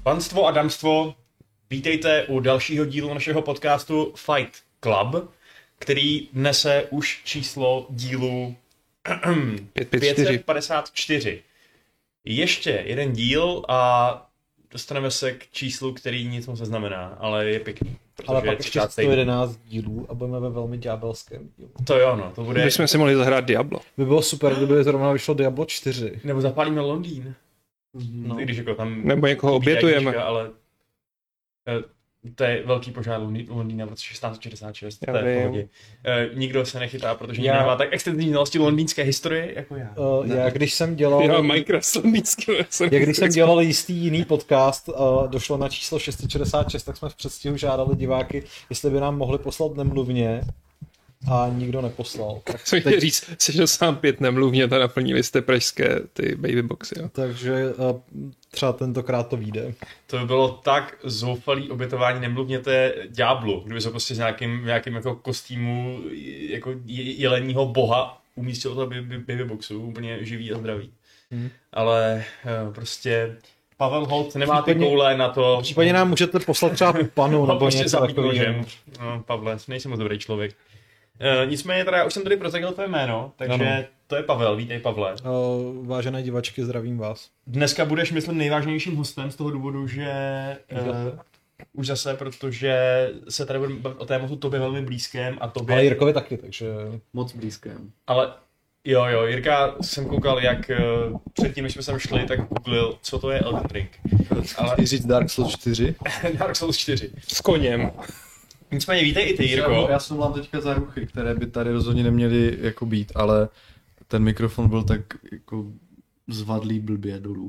Panstvo a damstvo, vítejte u dalšího dílu našeho podcastu Fight Club, který nese už číslo dílu 554. Ještě jeden díl a dostaneme se k číslu, který nic moc neznamená, ale je pěkný. Ale pak ještě 111 dílů a budeme ve velmi ďábelském dílu. To jo, no, to bude... My jsme si mohli zahrát Diablo. By bylo super, kdyby zrovna vyšlo Diablo 4. Nebo zapálíme Londýn. No. I když jako tam... Nebo někoho obětujeme. Ale to je velký požár Londýna v roce 1666. Já to je v vím. pohodě. Nikdo se nechytá, protože nikdo nemá tak extenzivní znalosti londýnské historie jako já. Já když jsem dělal... Já Minecraft londýnský. Když jsem dělal jistý jiný podcast, došlo na číslo 666, tak jsme v předstihu žádali diváky, jestli by nám mohli poslat nemluvně a nikdo neposlal. Tak Co chtěl říct, 65 nemluvně, to naplnili jste pražské ty babyboxy. Jo. Takže třeba tentokrát to vyjde. To by bylo tak zoufalý obětování, nemluvněte ďáblu, kdyby se prostě s nějakým jako kostýmu jako jeleního boha umístil toho babyboxu, úplně živý a zdravý. Ale prostě Pavel Holt nemá ty koule na to. Případně nám můžete poslat třeba panu nebo prostě něco takového. No, Pavle, nejsem moc dobrý člověk. Nicméně teda já už jsem tady prozradil tvé jméno, takže ano. To je Pavel, vítej Pavle. Vážené divačky, zdravím vás. Dneska budeš, myslím, nejvážnějším hostem z toho důvodu, že už zase, protože se tady budeme bavit o tématu tobě velmi blízkém a tobě... Ale Jirkovi taky, takže... Moc blízkém. Ale jo, Jirka jsem koukal, jak předtím, než jsme sem šli, tak googlil, co to je Elden Ring. Ale... říct Dark Souls 4? Dark Souls 4. S koněm. Nicméně vítej i ty, Jirko. Já jsem mám teďka za ruchy, které by tady rozhodně neměly jako být, ale ten mikrofon byl tak jako zvadlý blbě dolů.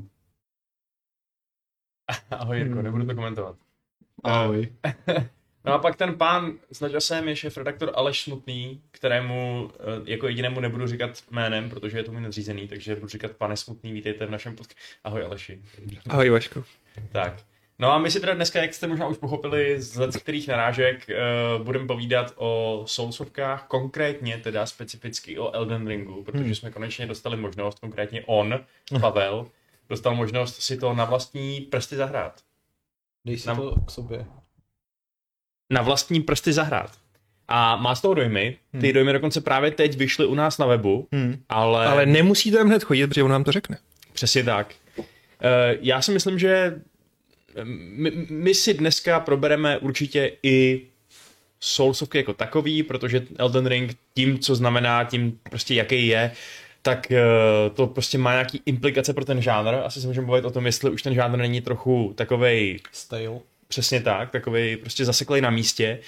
Ahoj Jirko, nebudu to komentovat. Ahoj. No a pak ten pán s nadčasem je šéfredaktor Aleš Smutný, kterému jako jedinému nebudu říkat jménem, protože je to můj nadřízený, takže budu říkat pane Smutný, vítejte v našem podcastu. Ahoj Aleši. Ahoj Vašku. Tak. No a my si teda dneska, jak jste možná už pochopili z kterých narážek, budeme povídat o Soulsovkách, konkrétně teda specificky o Elden Ringu, protože jsme konečně dostali možnost, konkrétně on, Pavel, dostal možnost si to na vlastní prsty zahrát. Dej si to k sobě. Na vlastní prsty zahrát. A má z toho dojmy, ty dojmy dokonce právě teď vyšly u nás na webu, Ale nemusí tam hned chodit, protože on nám to řekne. Přesně tak. Já si myslím, že my si dneska probereme určitě i Soulsovky jako takový, protože Elden Ring tím, co znamená, tím prostě jaký je, tak to prostě má nějaký implikace pro ten žánr. Asi se můžeme bavit o tom, jestli už ten žánr není trochu takovej... Stale. Přesně tak, takovej prostě zaseklej na místě.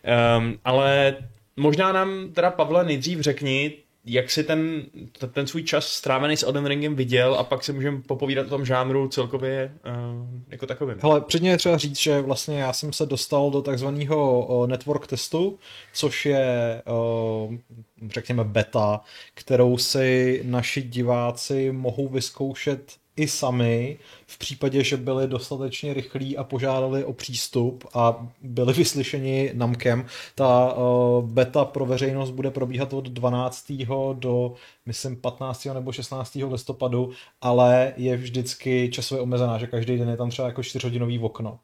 Ale možná nám teda, Pavle, nejdřív řekni, jak si ten svůj čas strávený s Elden Ringem viděl a pak se můžeme popovídat o tom žánru celkově jako takovým. Hele, předně je třeba říct, že vlastně já jsem se dostal do takzvaného network testu, což je, řekněme, beta, kterou si naši diváci mohou vyzkoušet i sami, v případě, že byli dostatečně rychlí a požádali o přístup a byli vyslyšeni NAMCem. Ta beta pro veřejnost bude probíhat od 12. do, myslím, 15. nebo 16. listopadu, ale je vždycky časově omezená, že každý den je tam třeba jako 4hodinový okno.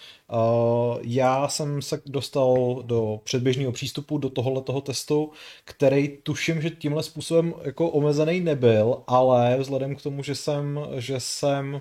Já jsem se dostal do předběžného přístupu do tohoto testu, který tuším, že tímhle způsobem jako omezený nebyl, ale vzhledem k tomu, že jsem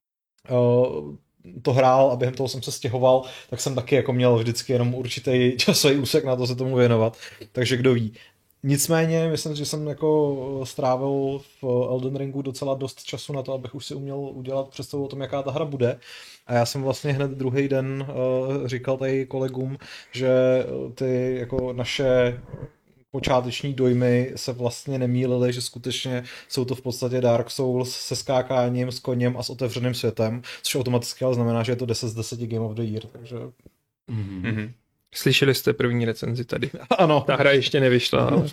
to hrál a během toho jsem se stěhoval, tak jsem taky jako měl vždycky jenom určitý časový úsek na to se tomu věnovat, takže kdo ví. Nicméně, myslím, že jsem jako strávil v Elden Ringu docela dost času na to, abych už si uměl udělat představu o tom, jaká ta hra bude. A já jsem vlastně hned druhý den říkal tady kolegům, že ty jako naše počáteční dojmy se vlastně nemýlily, že skutečně jsou to v podstatě Dark Souls se skákáním, s koněm a s otevřeným světem, což automaticky ale znamená, že je to 10 z 10 Game of the Year, takže... Mm-hmm. Slyšeli jste první recenzi tady. Ano. Ta hra ještě nevyšla. Ale...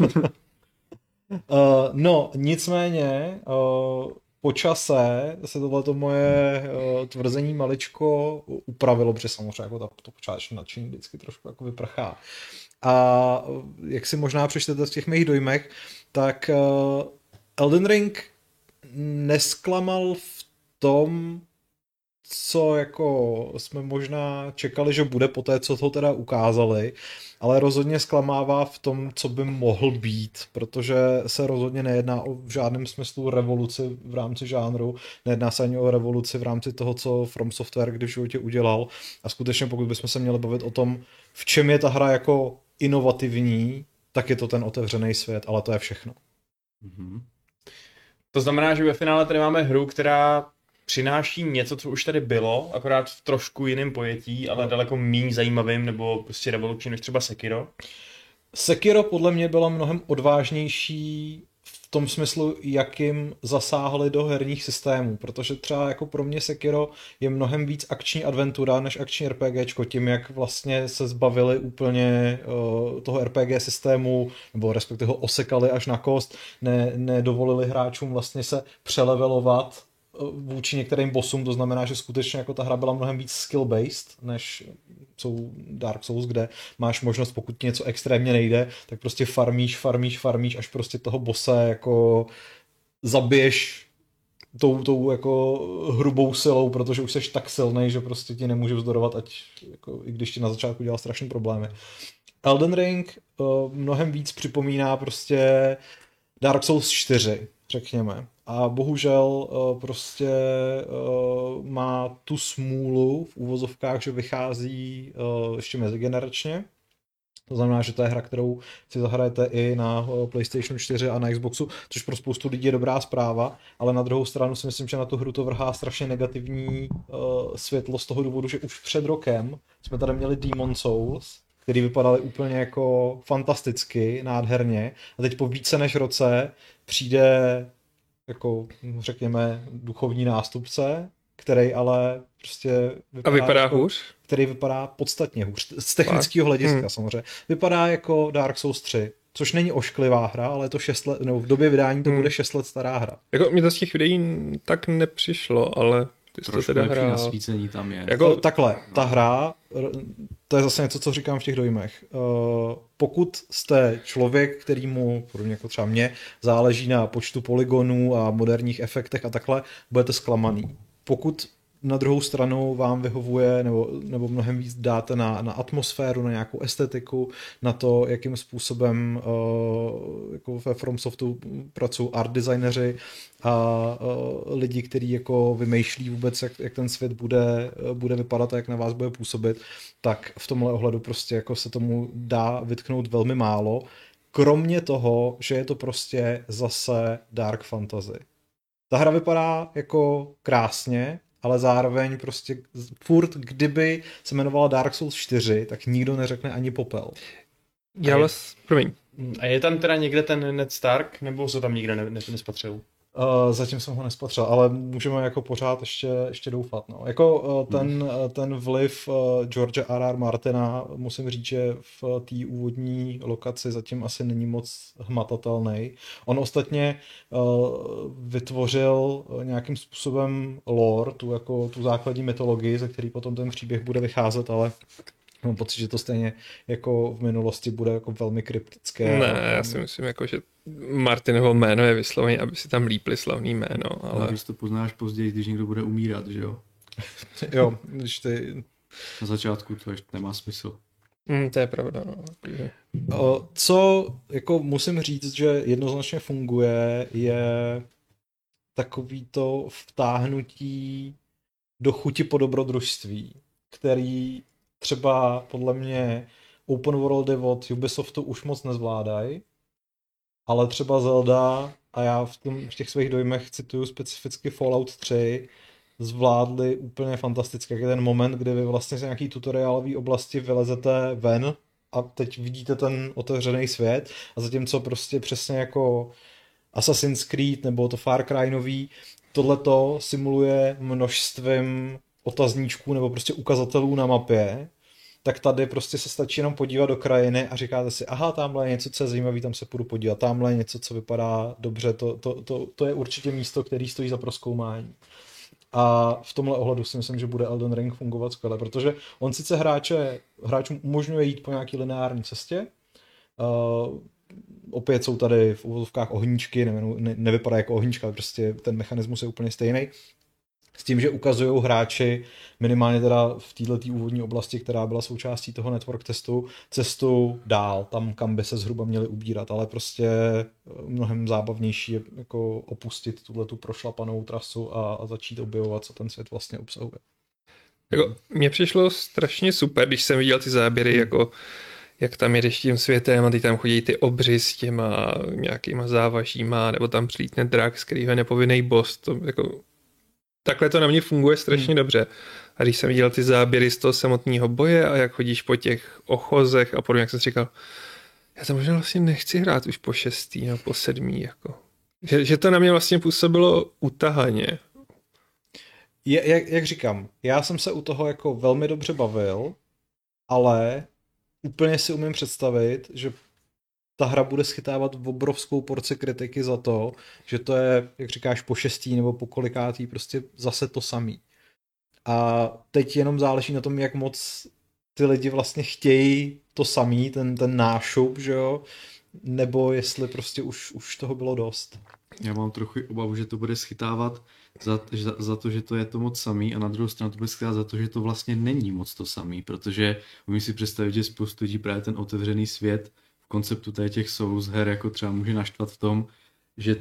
no, nicméně po čase se tohleto moje tvrzení maličko upravilo, protože samozřejmě jako to počáteční nadšení vždycky trošku jako vyprchá. A jak si možná přečtete v těch mých dojmech, tak Elden Ring nesklamal v tom, co jako jsme možná čekali, že bude po té, co to teda ukázali, ale rozhodně zklamává v tom, co by mohl být, protože se rozhodně nejedná o v žádném smyslu revoluci v rámci žánru, nejedná se ani o revoluci v rámci toho, co From Software kdy v životě udělal a skutečně pokud bychom se měli bavit o tom, v čem je ta hra jako inovativní, tak je to ten otevřený svět, ale to je všechno. Mhm. To znamená, že ve finále tady máme hru, která přináší něco, co už tady bylo, akorát v trošku jiném pojetí, ale daleko méně zajímavým nebo prostě revolučním než třeba Sekiro. Sekiro podle mě byla mnohem odvážnější v tom smyslu, jakým zasáhli do herních systémů, protože třeba jako pro mě Sekiro je mnohem víc akční adventura než akční RPGčko, tím jak vlastně se zbavili úplně toho RPG systému, nebo respektive ho osekali až na kost, nedovolili hráčům vlastně se přelevelovat vůči některým bossům, to znamená, že skutečně jako ta hra byla mnohem víc skill-based, než jsou Dark Souls, kde máš možnost, pokud ti něco extrémně nejde, tak prostě farmíš, až prostě toho bosse jako zabiješ tou jako hrubou silou, protože už seš tak silnej, že prostě ti nemůže vzdorovat, ať jako, i když ti na začátku dělal strašný problémy. Elden Ring mnohem víc připomíná prostě Dark Souls 4, řekněme. A bohužel prostě má tu smůlu v úvozovkách, že vychází ještě mezigeneračně. To znamená, že to je hra, kterou si zahrajete i na PlayStation 4 a na Xboxu, což pro spoustu lidí je dobrá zpráva, ale na druhou stranu si myslím, že na tu hru to vrhá strašně negativní světlo z toho důvodu, že už před rokem jsme tady měli Demon Souls, který vypadaly úplně jako fantasticky, nádherně, a teď po více než roce přijde jako, řekněme, duchovní nástupce, který ale prostě vypadá jako, hůř? Který vypadá podstatně hůř. Z technického hlediska samozřejmě. Vypadá jako Dark Souls 3, což není ošklivá hra, ale je to 6 let, no v době vydání to bude 6 let stará hra. Jako mě to z těch videí tak nepřišlo, ale ty jsi to teda hrál. Nasvícení tam je. Jako... Takhle, ta hra, to je zase něco, co říkám v těch dojmech. Pokud jste člověk, kterýmu, podobně jako třeba mě, záleží na počtu polygonů a moderních efektech a takhle, budete zklamaný. Pokud na druhou stranu vám vyhovuje, nebo mnohem víc dáte na atmosféru, na nějakou estetiku, na to, jakým způsobem jako ve FromSoftu pracují art designeři a lidi, kteří jako vymýšlí vůbec, jak ten svět bude vypadat a jak na vás bude působit, tak v tomhle ohledu prostě jako se tomu dá vytknout velmi málo, kromě toho, že je to prostě zase dark fantasy. Ta hra vypadá jako krásně, ale zároveň prostě furt, kdyby se jmenovala Dark Souls 4, tak nikdo neřekne ani popel. Promiň. A je tam teda někde ten Ned Stark, nebo se tam nikde nespatřil? Zatím jsem ho nespatřil, ale můžeme jako pořád ještě doufat. No. Jako ten vliv George R.R. Martina, musím říct, že v té úvodní lokaci zatím asi není moc hmatatelný. On ostatně vytvořil nějakým způsobem lore, tu základní mytologii, ze který potom ten příběh bude vycházet, ale mám pocit, že to stejně jako v minulosti bude jako velmi kryptické. Ne, já si myslím, jako, že Martinovo jméno je vyslovené, aby si tam lípli slavný jméno. Ale když to poznáš později, když někdo bude umírat, že jo? Jo, když ty... Na začátku to ještě nemá smysl. To je pravda. No. Co jako musím říct, že jednoznačně funguje, je takový to vtáhnutí do chuti po dobrodružství, který třeba podle mě open worldy od Ubisoftu už moc nezvládají, ale třeba Zelda, a já v těch svých dojmech cituju specificky Fallout 3, zvládli úplně fantasticky. Jak je ten moment, kdy vy vlastně z nějaký tutoriálové oblasti vylezete ven a teď vidíte ten otevřený svět a zatímco prostě přesně jako Assassin's Creed nebo to Far Cry nový, tohleto simuluje množstvím otazníčků nebo prostě ukazatelů na mapě, tak tady prostě se stačí jenom podívat do krajiny a říkáte si, aha, tamhle je něco, co je zajímavý, tam se půjdu podívat, tamhle je něco, co vypadá dobře, to je určitě místo, který stojí za prozkoumání. A v tomhle ohledu si myslím, že bude Elden Ring fungovat skvěle, protože on sice hráčům umožňuje jít po nějaký lineární cestě, opět jsou tady v uvozovkách ohníčky, nevypadá jako ohníčka, ale prostě ten mechanismus je úplně stejný. s tím, že ukazují hráči minimálně teda v této úvodní oblasti, která byla součástí toho network testu, cestu dál, tam kam by se zhruba měli ubírat, ale prostě mnohem zábavnější je jako opustit tu prošlapanou trasu a začít objevovat, co ten svět vlastně obsahuje. Jako, mně přišlo strašně super, když jsem viděl ty záběry, jako jak tam jedeš tím světem a ty tam chodí ty obři s těma nějakýma závažíma, nebo tam přilítne drak, z kterýho je nepovinný boss. To, jako, takhle to na mě funguje strašně dobře. A když jsem viděl ty záběry z toho samotného boje a jak chodíš po těch ochozech a podobně, jak jsem si říkal, já to možná vlastně nechci hrát už po 6. nebo po 7. Jako. Že to na mě vlastně působilo utahaně. Jak říkám, já jsem se u toho jako velmi dobře bavil, ale úplně si umím představit, že ta hra bude schytávat obrovskou porci kritiky za to, že to je, jak říkáš, po 6. nebo po kolikátý prostě zase to samý. A teď jenom záleží na tom, jak moc ty lidi vlastně chtějí to samý, ten nášup, že jo, nebo jestli prostě už toho bylo dost. Já mám trochu obavu, že to bude schytávat za to, že to je to moc samý, a na druhou stranu to bude schytávat za to, že to vlastně není moc to samý, protože umím si představit, že spoustu lidí právě ten otevřený svět v konceptu těch Souls her jako třeba může naštvat v tom, že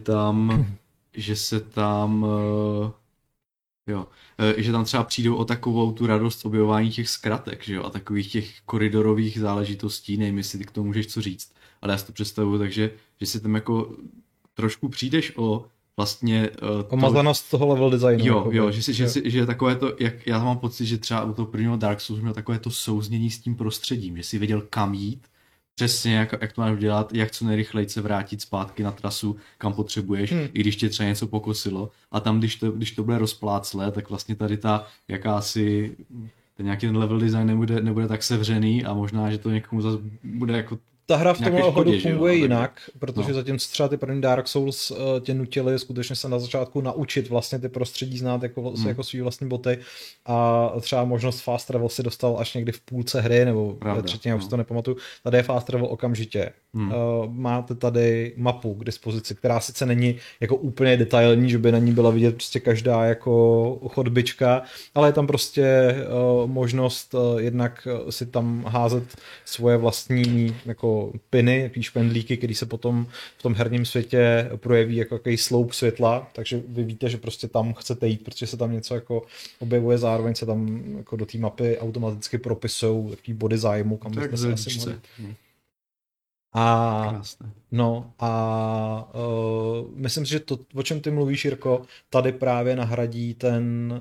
tam třeba přijdou o takovou tu radost objevování těch zkratek, že jo, a takových těch koridorových záležitostí, nevím, jestli ty k tomu můžeš co říct, ale já si to představuju, takže že si tam jako trošku přijdeš o vlastně... Omazanost toho level designu. Jo, že takové to, jak já mám pocit, že třeba u toho prvního Dark Souls měl takové to souznění s tím prostředím, že si věděl kam jít, přesně jak to máš dělat, jak co nejrychleji se vrátit zpátky na trasu, kam potřebuješ, i když tě třeba něco pokosilo. A tam, když to bude rozpláclé, tak vlastně tady ta jakási, ten nějaký ten level design nebude tak sevřený a možná, že to někomu zase bude jako ta hra v tomhle ohledu funguje jo, jinak, protože zatímco třeba ty první Dark Souls tě nutili skutečně se na začátku naučit vlastně ty prostředí znát jako svý vlastní boty, a třeba možnost fast travel si dostal až někdy v půlce hry, nebo ve třetině, už si to nepamatuju. Tady je fast travel okamžitě. Máte tady mapu k dispozici, která sice není jako úplně detailní, že by na ní byla vidět prostě každá jako chodbička, ale je tam prostě možnost jednak si tam házet svoje vlastní jako piny, jaký špendlíky, který se potom v tom herním světě projeví jako jaký sloup světla, takže vy víte, že prostě tam chcete jít, protože se tam něco jako objevuje, zároveň se tam jako do té mapy automaticky propisují takový body zájmu, kam byste se asi mohli. A myslím si, že to, o čem ty mluvíš, Jirko, tady právě nahradí ten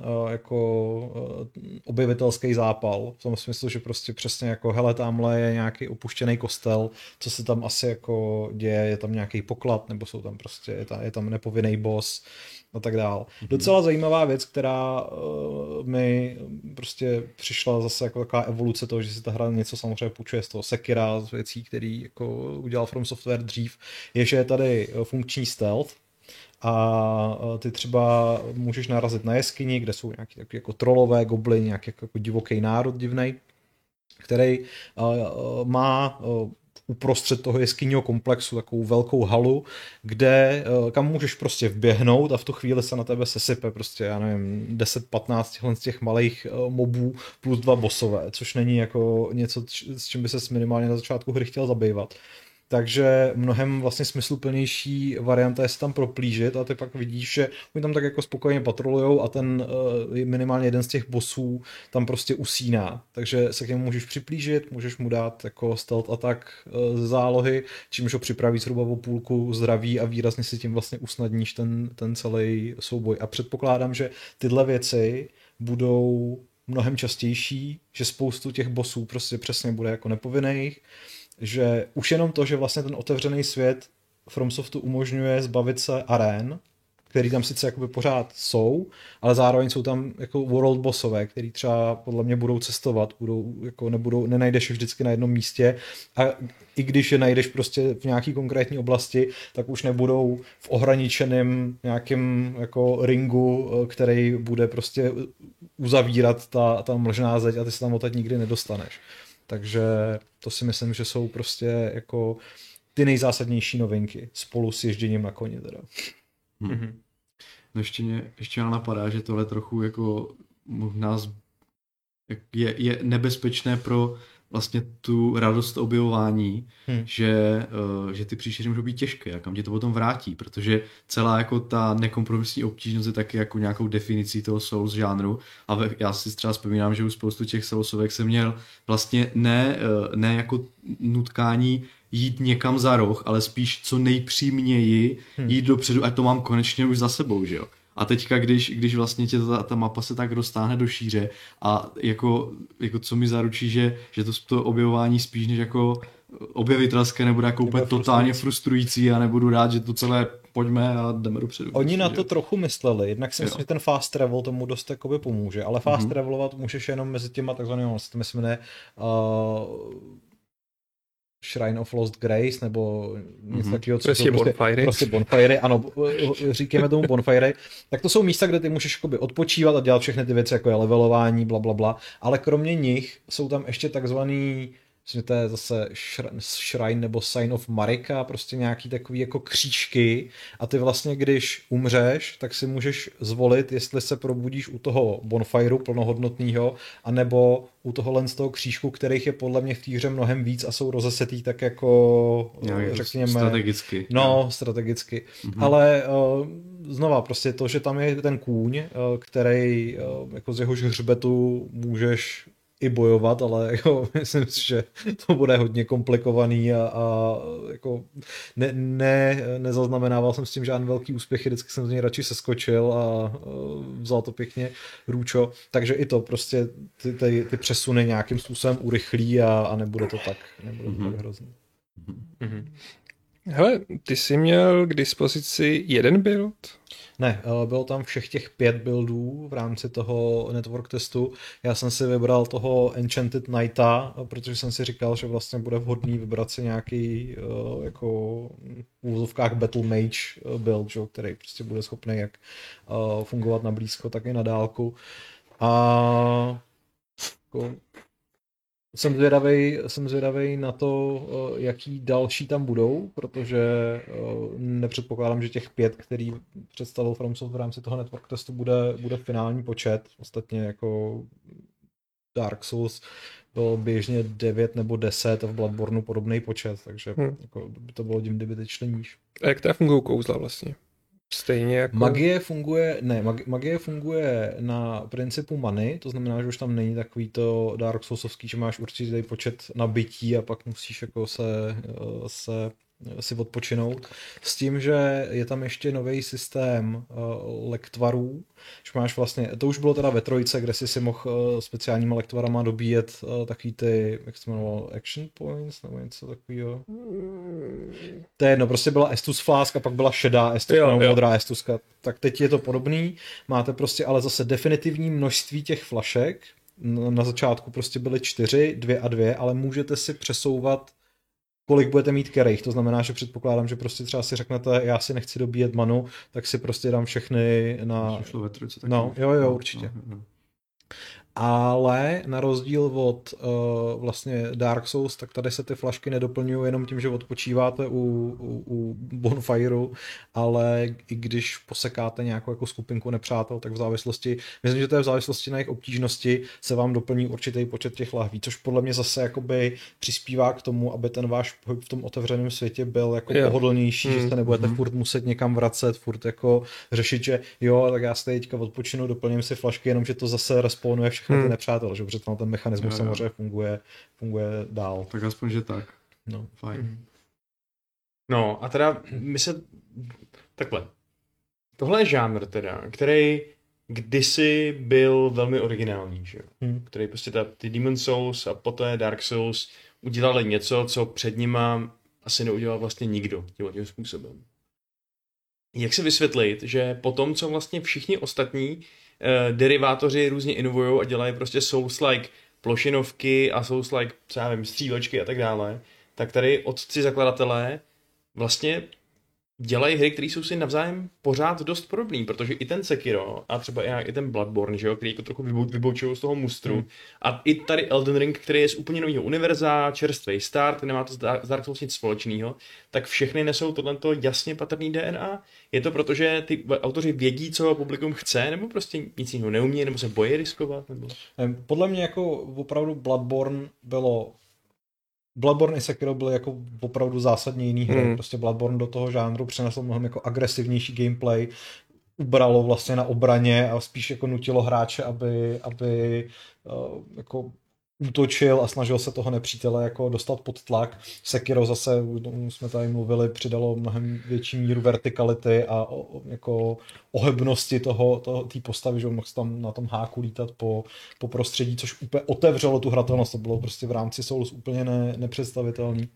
objevitelský zápal, v tom smyslu, že prostě přesně jako hele, tamhle je nějaký opuštěný kostel, co se tam asi jako děje, je tam nějaký poklad, nebo jsou tam prostě, je tam nepovinný boss a tak dál. Docela zajímavá věc, která mi prostě přišla zase jako taková evoluce toho, že si ta hra něco samozřejmě půjčuje z toho Sekira, z věcí, který jako udělal From Software dřív, je, že je tady funkční stealth a ty třeba můžeš narazit na jeskyni, kde jsou nějaký takový jako trolové, goblin, nějaký jako divoký národ divnej, který má uprostřed toho jeskyního komplexu takovou velkou halu, kam můžeš prostě vběhnout a v tu chvíli se na tebe sesype prostě, já nevím, 10-15 z těch malých mobů plus 2 bossové, což není jako něco, s čím by ses minimálně na začátku hry chtěl zabývat. Takže mnohem vlastně smysluplnější varianta je se tam proplížit a ty pak vidíš, že oni tam tak jako spokojně patrolujou a ten minimálně jeden z těch bossů tam prostě usíná. Takže se k němu můžeš připlížit, můžeš mu dát jako stealth attack ze zálohy, čímž ho připraví zhruba o půlku zdraví a výrazně si tím vlastně usnadníš ten celý souboj. A předpokládám, že tyhle věci budou mnohem častější, že spoustu těch bossů prostě přesně bude jako nepovinných, že už jenom to, že vlastně ten otevřený svět FromSoftu umožňuje zbavit se arén, který tam sice jakoby pořád jsou, ale zároveň jsou tam jako world bossové, který třeba podle mě budou cestovat, nenajdeš je vždycky na jednom místě a i když je najdeš prostě v nějaký konkrétní oblasti, tak už nebudou v ohraničeném nějakém jako ringu, který bude prostě uzavírat ta mlžná zeď a ty se tam odtud nikdy nedostaneš. Takže to si myslím, že jsou prostě jako ty nejzásadnější novinky spolu s ježděním na koni teda. No ještě mě napadá, že tohle trochu jako možná je nebezpečné pro vlastně tu radost objevování, že ty příšery můžou být těžké a kam tě to potom vrátí, protože celá jako ta nekompromisní obtížnost je taky jako nějakou definicí toho Souls žánru a já si třeba vzpomínám, že u spoustu těch Soulsovek jsem měl vlastně ne jako nutkání jít někam za roh, ale spíš co nejpřímněji jít dopředu, ať to mám konečně už za sebou, že jo. A teďka, když vlastně tě ta mapa se tak roztáhne do šíře a jako co mi zaručí, že to objevování spíš než jako objevitelské nebude jako úplně totálně frustrující a nebudu rád, že to celé pojďme a jdeme dopředu. Oni na to trochu mysleli, jednak si myslím, že ten fast travel tomu dost jakoby pomůže, ale fast travelovat můžeš jenom mezi těma takzvanými, to se jmenuje Shrine of Lost Grace, nebo něco takového, co jsou prostě bonfiry, ano, říkáme tomu bonfiry, tak to jsou místa, kde ty můžeš jakoby odpočívat a dělat všechny ty věci, jako je levelování, blablabla, ale kromě nich jsou tam ještě takzvaný, myslím, to je zase Shrine nebo Sign of Marika, prostě nějaký takový jako křížky a ty vlastně, když umřeš, tak si můžeš zvolit, jestli se probudíš u toho bonfireu plnohodnotného, anebo u tohohle z toho křížku, kterých je podle mě v té hře mnohem víc a jsou rozesetý tak jako, řekněme... Strategicky. No, strategicky. Ale znova, prostě to, že tam je ten kůň, který jako z jehož hřbetu můžeš i bojovat, ale jako, myslím si, že to bude hodně komplikovaný a jako nezaznamenával jsem s tím žádný velký úspěch, vždycky jsem z něj radši seskočil a vzal to pěkně růčo, takže i to prostě ty přesuny nějakým způsobem urychlí a nebude to tak hrozný. Hele, ty jsi měl k dispozici jeden build? Ne, bylo tam všech těch 5 buildů v rámci toho network testu. Já jsem si vybral toho Enchanted Knighta, protože jsem si říkal, že vlastně bude vhodný vybrat si nějaký jako v úvozovkách Battle Mage build, který prostě bude schopný jak fungovat na blízko, tak i na dálku. A jako, jsem zvědavej na to, jaký další tam budou, protože nepředpokládám, že těch 5, který představil FromSoft v rámci toho network testu, bude finální počet. Ostatně jako Dark Souls bylo běžně 9 nebo 10 a v Bloodborneu podobný počet, takže jako, by to bylo kdyby teď šli níž. A jak teda fungují kouzla vlastně? Stejně jako... Magie funguje na principu many, to znamená, že už tam není takový to Dark Soulsovský, že máš určitý počet nabití a pak musíš jako si odpočinout. S tím, že je tam ještě nový systém lektvarů, že máš vlastně, to už bylo teda ve trojce, kde si mohl speciálníma lektvarama dobíjet takový ty, jak se jmenovalo, action points, nebo něco takového. To je jedno, prostě byla Estus Flask a pak byla šedá Estuska, nebo modrá Estuska. Tak teď je to podobný, máte prostě ale zase definitivní množství těch flašek, na začátku prostě byly 4, 2 a 2, ale můžete si přesouvat kolik budete mít kerejch, to znamená, že předpokládám, že prostě třeba si řeknete, já si nechci dobíjet manu, tak si prostě dám všechny na... No, jo, určitě. Ale na rozdíl od vlastně Dark Souls, tak tady se ty flašky nedoplňují jenom tím, že odpočíváte u bonfireu, ale i když posekáte nějakou jako skupinku nepřátel, tak v závislosti, myslím, že to je v závislosti na jejich obtížnosti, se vám doplní určitý počet těch lahví, což podle mě zase jakoby přispívá k tomu, aby ten váš pohyb v tom otevřeném světě byl jako pohodlnější, že se nebudete furt muset někam vracet, furt jako řešit, že jo, tak já si teďka odpočinu, doplním si flašky, jenomže to zase respawnuje všechny ty nepřátel, že protože ten mechanismus samozřejmě funguje dál. Tak aspoň, že tak. No. Fajn. No a teda takhle. Tohle je žánr teda, který kdysi byl velmi originální, že jo? Který prostě ty Demon Souls a poté Dark Souls udělali něco, co před nima asi neudělal vlastně nikdo tím způsobem. Jak se vysvětlit, že po tom, co vlastně všichni ostatní derivátoři různě inovují a dělají prostě Souls-like plošinovky a Souls-like, co já vím, střílečky a tak dále, tak tady otci zakladatelé vlastně dělají hry, které jsou si navzájem pořád dost podobný, protože i ten Sekiro a třeba i ten Bloodborne, že jo, který jako trochu vyboučují z toho mustru. A i tady Elden Ring, který je z úplně nového univerza, čerstvý start, nemá to s Dark Souls nic společného, tak všechny nesou tohleto jasně patrný DNA. Je to proto, že ty autoři vědí, co publikum chce, nebo prostě nic jiného neumí, nebo se bojí riskovat? Nebo... Podle mě jako opravdu Bloodborne i Sekiro byly jako opravdu zásadně jiný hry. Prostě Bloodborne do toho žánru přinesl mnohem jako agresivnější gameplay, ubralo vlastně na obraně a spíš jako nutilo hráče, aby jako útočil a snažil se toho nepřítele jako dostat pod tlak. Sekiro zase, jsme tady mluvili, přidalo mnohem větší míru vertikality a jako ohebnosti té postavy, že mohl tam na tom háku lítat po prostředí, což úplně otevřelo tu hratelnost. To bylo prostě v rámci Souls úplně nepředstavitelný.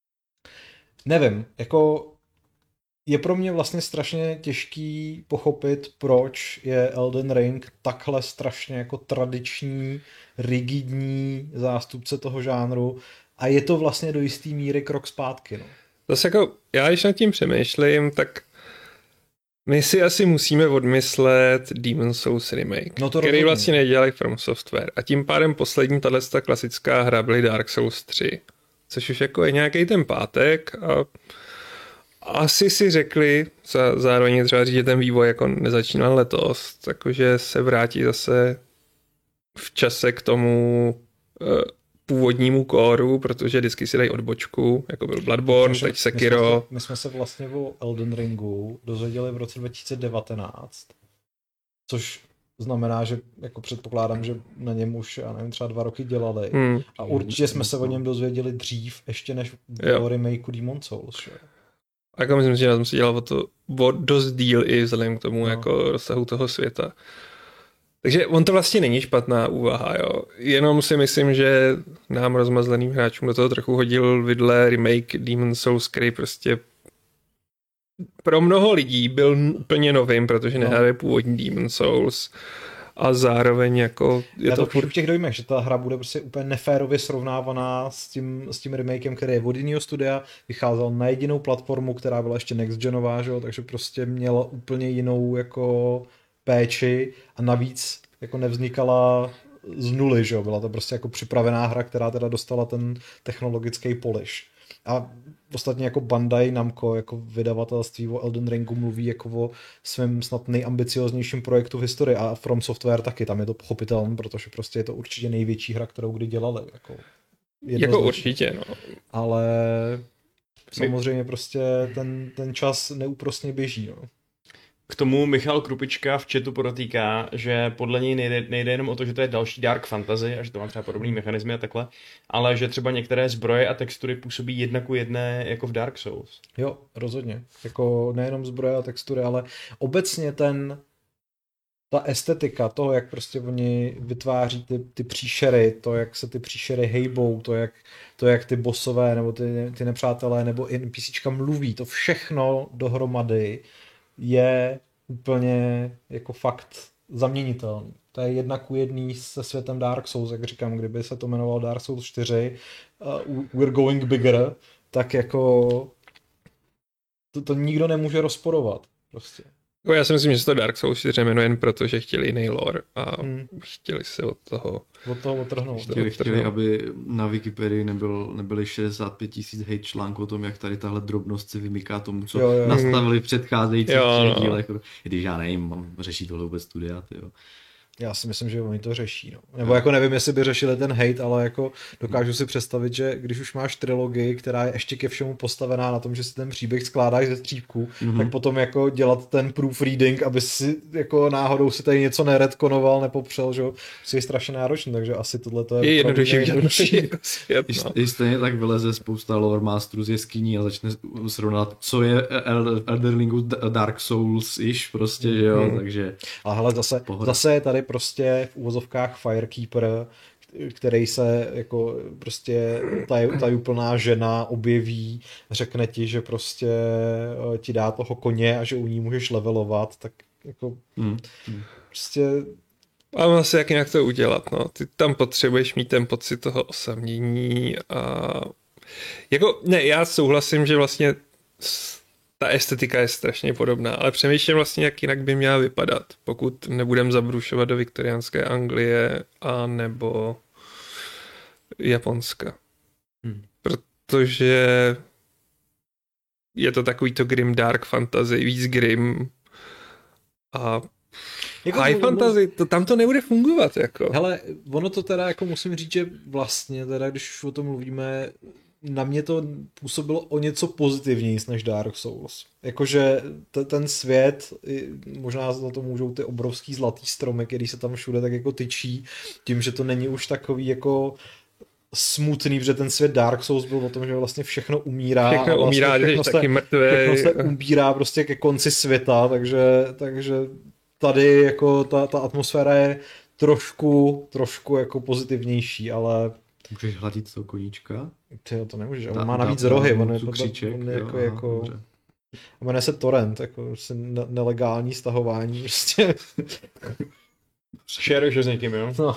Nevím, jako je pro mě vlastně strašně těžký pochopit, proč je Elden Ring takhle strašně jako tradiční, rigidní zástupce toho žánru a je to vlastně do jistý míry krok zpátky. No. Zase jako, já když nad tím přemýšlím, tak my si asi musíme odmyslet Demon's Souls remake, no který vlastně nedělali From Software a tím pádem poslední tato klasická hra byly Dark Souls 3, což už jako je nějaký ten pátek a asi si řekli, zároveň třeba říct, že ten vývoj jako nezačínal letos, takže se vrátí zase v čase k tomu původnímu kóru, protože vždycky si dají odbočku, jako byl Bloodborne, teď Sekiro. My jsme se vlastně o Elden Ringu dozvěděli v roce 2019, což znamená, že jako předpokládám, že na něm už, já nevím, třeba 2 roky dělali. A určitě jsme se o něm dozvěděli dřív, ještě než o remakeu Demon's Souls. Že? A jako myslím, že já jsem si dělal o dost díl i vzhledem k tomu jako rozsahu toho světa. Takže on to vlastně není špatná úvaha, jo. Jenom si myslím, že nám rozmazleným hráčům do toho trochu hodil vidle remake Demon's Souls, který prostě pro mnoho lidí byl úplně novým, protože nehráli původní Demon's Souls. A zároveň jako je to v těch dojmech, že ta hra bude prostě úplně neférově srovnávaná s tím remakem, který je od jiného studia, vycházel na jedinou platformu, která byla ještě next genová, že? Takže prostě měla úplně jinou jako péči a navíc jako nevznikala z nuly, že? Byla to prostě jako připravená hra, která teda dostala ten technologický polish. A ostatně jako Bandai Namco, jako vydavatelství o Elden Ringu mluví jako o svém snad nejambicioznějším projektu v historii a From Software taky, tam je to pochopitelné, protože prostě je to určitě největší hra, kterou kdy dělali. Jako určitě, no. Ale samozřejmě prostě ten čas neúprosně běží, no. K tomu Michal Krupička v chatu podotýká, že podle něj nejde jenom o to, že to je další dark fantasy a že to má třeba podobný mechanismy a takhle, ale že třeba některé zbroje a textury působí 1:1 jako v Dark Souls. Jo, rozhodně. Jako nejenom zbroje a textury, ale obecně ta estetika toho, jak prostě oni vytváří ty příšery, to, jak se ty příšery hejbou, to, jak ty bossové nebo ty nepřátelé nebo NPCčka mluví, to všechno dohromady je úplně jako fakt zaměnitelný. To je 1:1 se světem Dark Souls, jak říkám, kdyby se to jmenovalo Dark Souls 4, we're going bigger, tak jako to nikdo nemůže rozporovat. Prostě. Já si myslím, že se to Dark Souls 4 jmenuje jen proto, že chtěli jiný lore a chtěli se od toho otrhnout. Chtěli, aby na Wikipedii nebyly 65 000 hate článků o tom, jak tady tahle drobnost se vymyká tomu, co nastavili v předcházejících dílech. Když já nevím, řeší tohle vůbec studia, tyjo. Já si myslím, že oni to řeší. No. Nebo jako nevím, jestli by řešili ten hate, ale jako dokážu si představit, že když už máš trilogii, která je ještě ke všemu postavená na tom, že si ten příběh skládáš ze střípků, tak potom jako dělat ten proofreading, aby si jako náhodou si tady něco neredkonoval, nepopřel, že je strašně náročný, takže asi tohle to je jednodušší. Stejně tak vyleze spousta lore masterů z jeskyní a začne srovnat, co je Elden Ringu Dark Souls-ish prostě, že jo, takže... A hele, zase je tady prostě v uvozovkách Firekeeper, který se jako prostě tajuplná žena objeví, řekne ti, že prostě ti dá toho koně a že u ní můžeš levelovat, tak jako prostě... Ale asi jak nějak to udělat, no. Ty tam potřebuješ mít ten pocit toho osamění a... Jako, ne, já souhlasím, že vlastně ta estetika je strašně podobná, ale přemýšlím vlastně, jak jinak by měla vypadat, pokud nebudem zabrušovat do viktoriánské Anglie a nebo Japonska. Protože je to takový to grim dark fantasy, víc grim a jako high fantasy, tam to nebude fungovat. Jako. Hele, ono to teda jako musím říct, že vlastně teda, když už o tom mluvíme, na mě to působilo o něco pozitivnější než Dark Souls. Jakože ten svět, možná za to můžou ty obrovský zlatý stromy, který se tam všude tak jako tyčí, tím, že to není už takový jako smutný, protože ten svět Dark Souls byl o tom, že vlastně všechno umírá. Všechno umírá, všechno taky mrtvé. Všechno se umírá prostě ke konci světa, takže tady jako ta atmosféra je trošku jako pozitivnější, ale můžeš hladit toho koníčka? Tyjo, to nemůžeš, on má navíc rohy, on je jako jmenuje se torrent, jako prostě nelegální stahování, prostě. Sharuješ s někým, jo? No.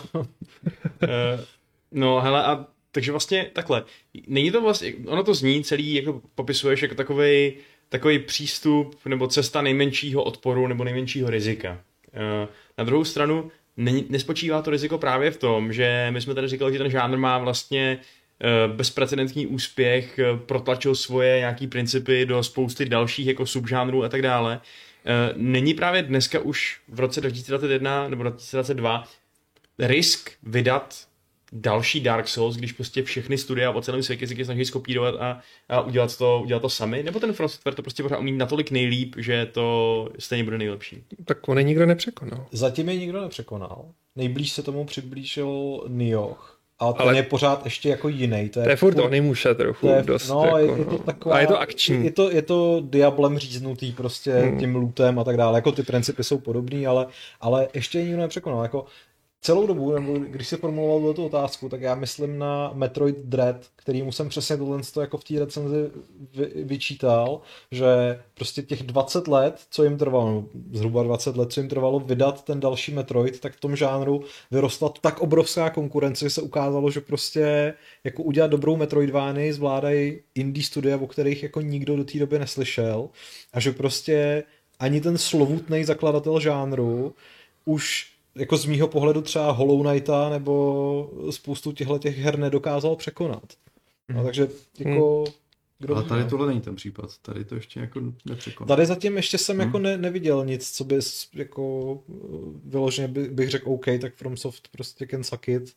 No, hele, a takže vlastně takhle, není to vlastně, ono to zní celý, jako popisuješ jako takový přístup nebo cesta nejmenšího odporu nebo nejmenšího rizika. Na druhou stranu nespočívá to riziko právě v tom, že my jsme tady říkali, že ten žánr má vlastně bezprecedentní úspěch, protlačil svoje nějaký principy do spousty dalších jako subžánrů a tak dále. Není právě dneska už v roce 2021 nebo 2022 risk vydat další Dark Souls, když prostě všechny studia po celém světě se snaží skopírovat a udělat to sami? Nebo ten From Software to prostě pořád umí natolik nejlíp, že to stejně bude nejlepší? Tak on je nikdo nepřekonal. Zatím je nikdo nepřekonal. Nejblíž se tomu přiblížil Nioh. Ale ten je pořád ještě jako jiný. To je furt Onimusha trochu dost. No, jako, je to taková, a je to akční. Je to Diablem říznutý prostě tím lootem a tak dále. Jako ty principy jsou podobný, ale ještě je nikdo nepřekonal. Jako celou dobu, nebo když si formuloval tu otázku, tak já myslím na Metroid Dread, kterýmu jsem přesně tohle jako v té recenzi vyčítal, že prostě těch 20 let, co jim trvalo, zhruba 20 let, co jim trvalo vydat ten další Metroid, tak v tom žánru vyrostla tak obrovská konkurence, že se ukázalo, že prostě jako udělat dobrou Metroidvánii zvládají indie studia, o kterých jako nikdo do té doby neslyšel a že prostě ani ten slovutnej zakladatel žánru už jako z mýho pohledu třeba Hollow Knighta nebo spoustu těch her nedokázal překonat. No, takže jako... Ale tady tohle není ten případ. Tady to ještě jako nepřekonal. Tady zatím ještě jsem jako neviděl nic, co by jako vyloženě bych řekl OK, tak FromSoft prostě can suck it.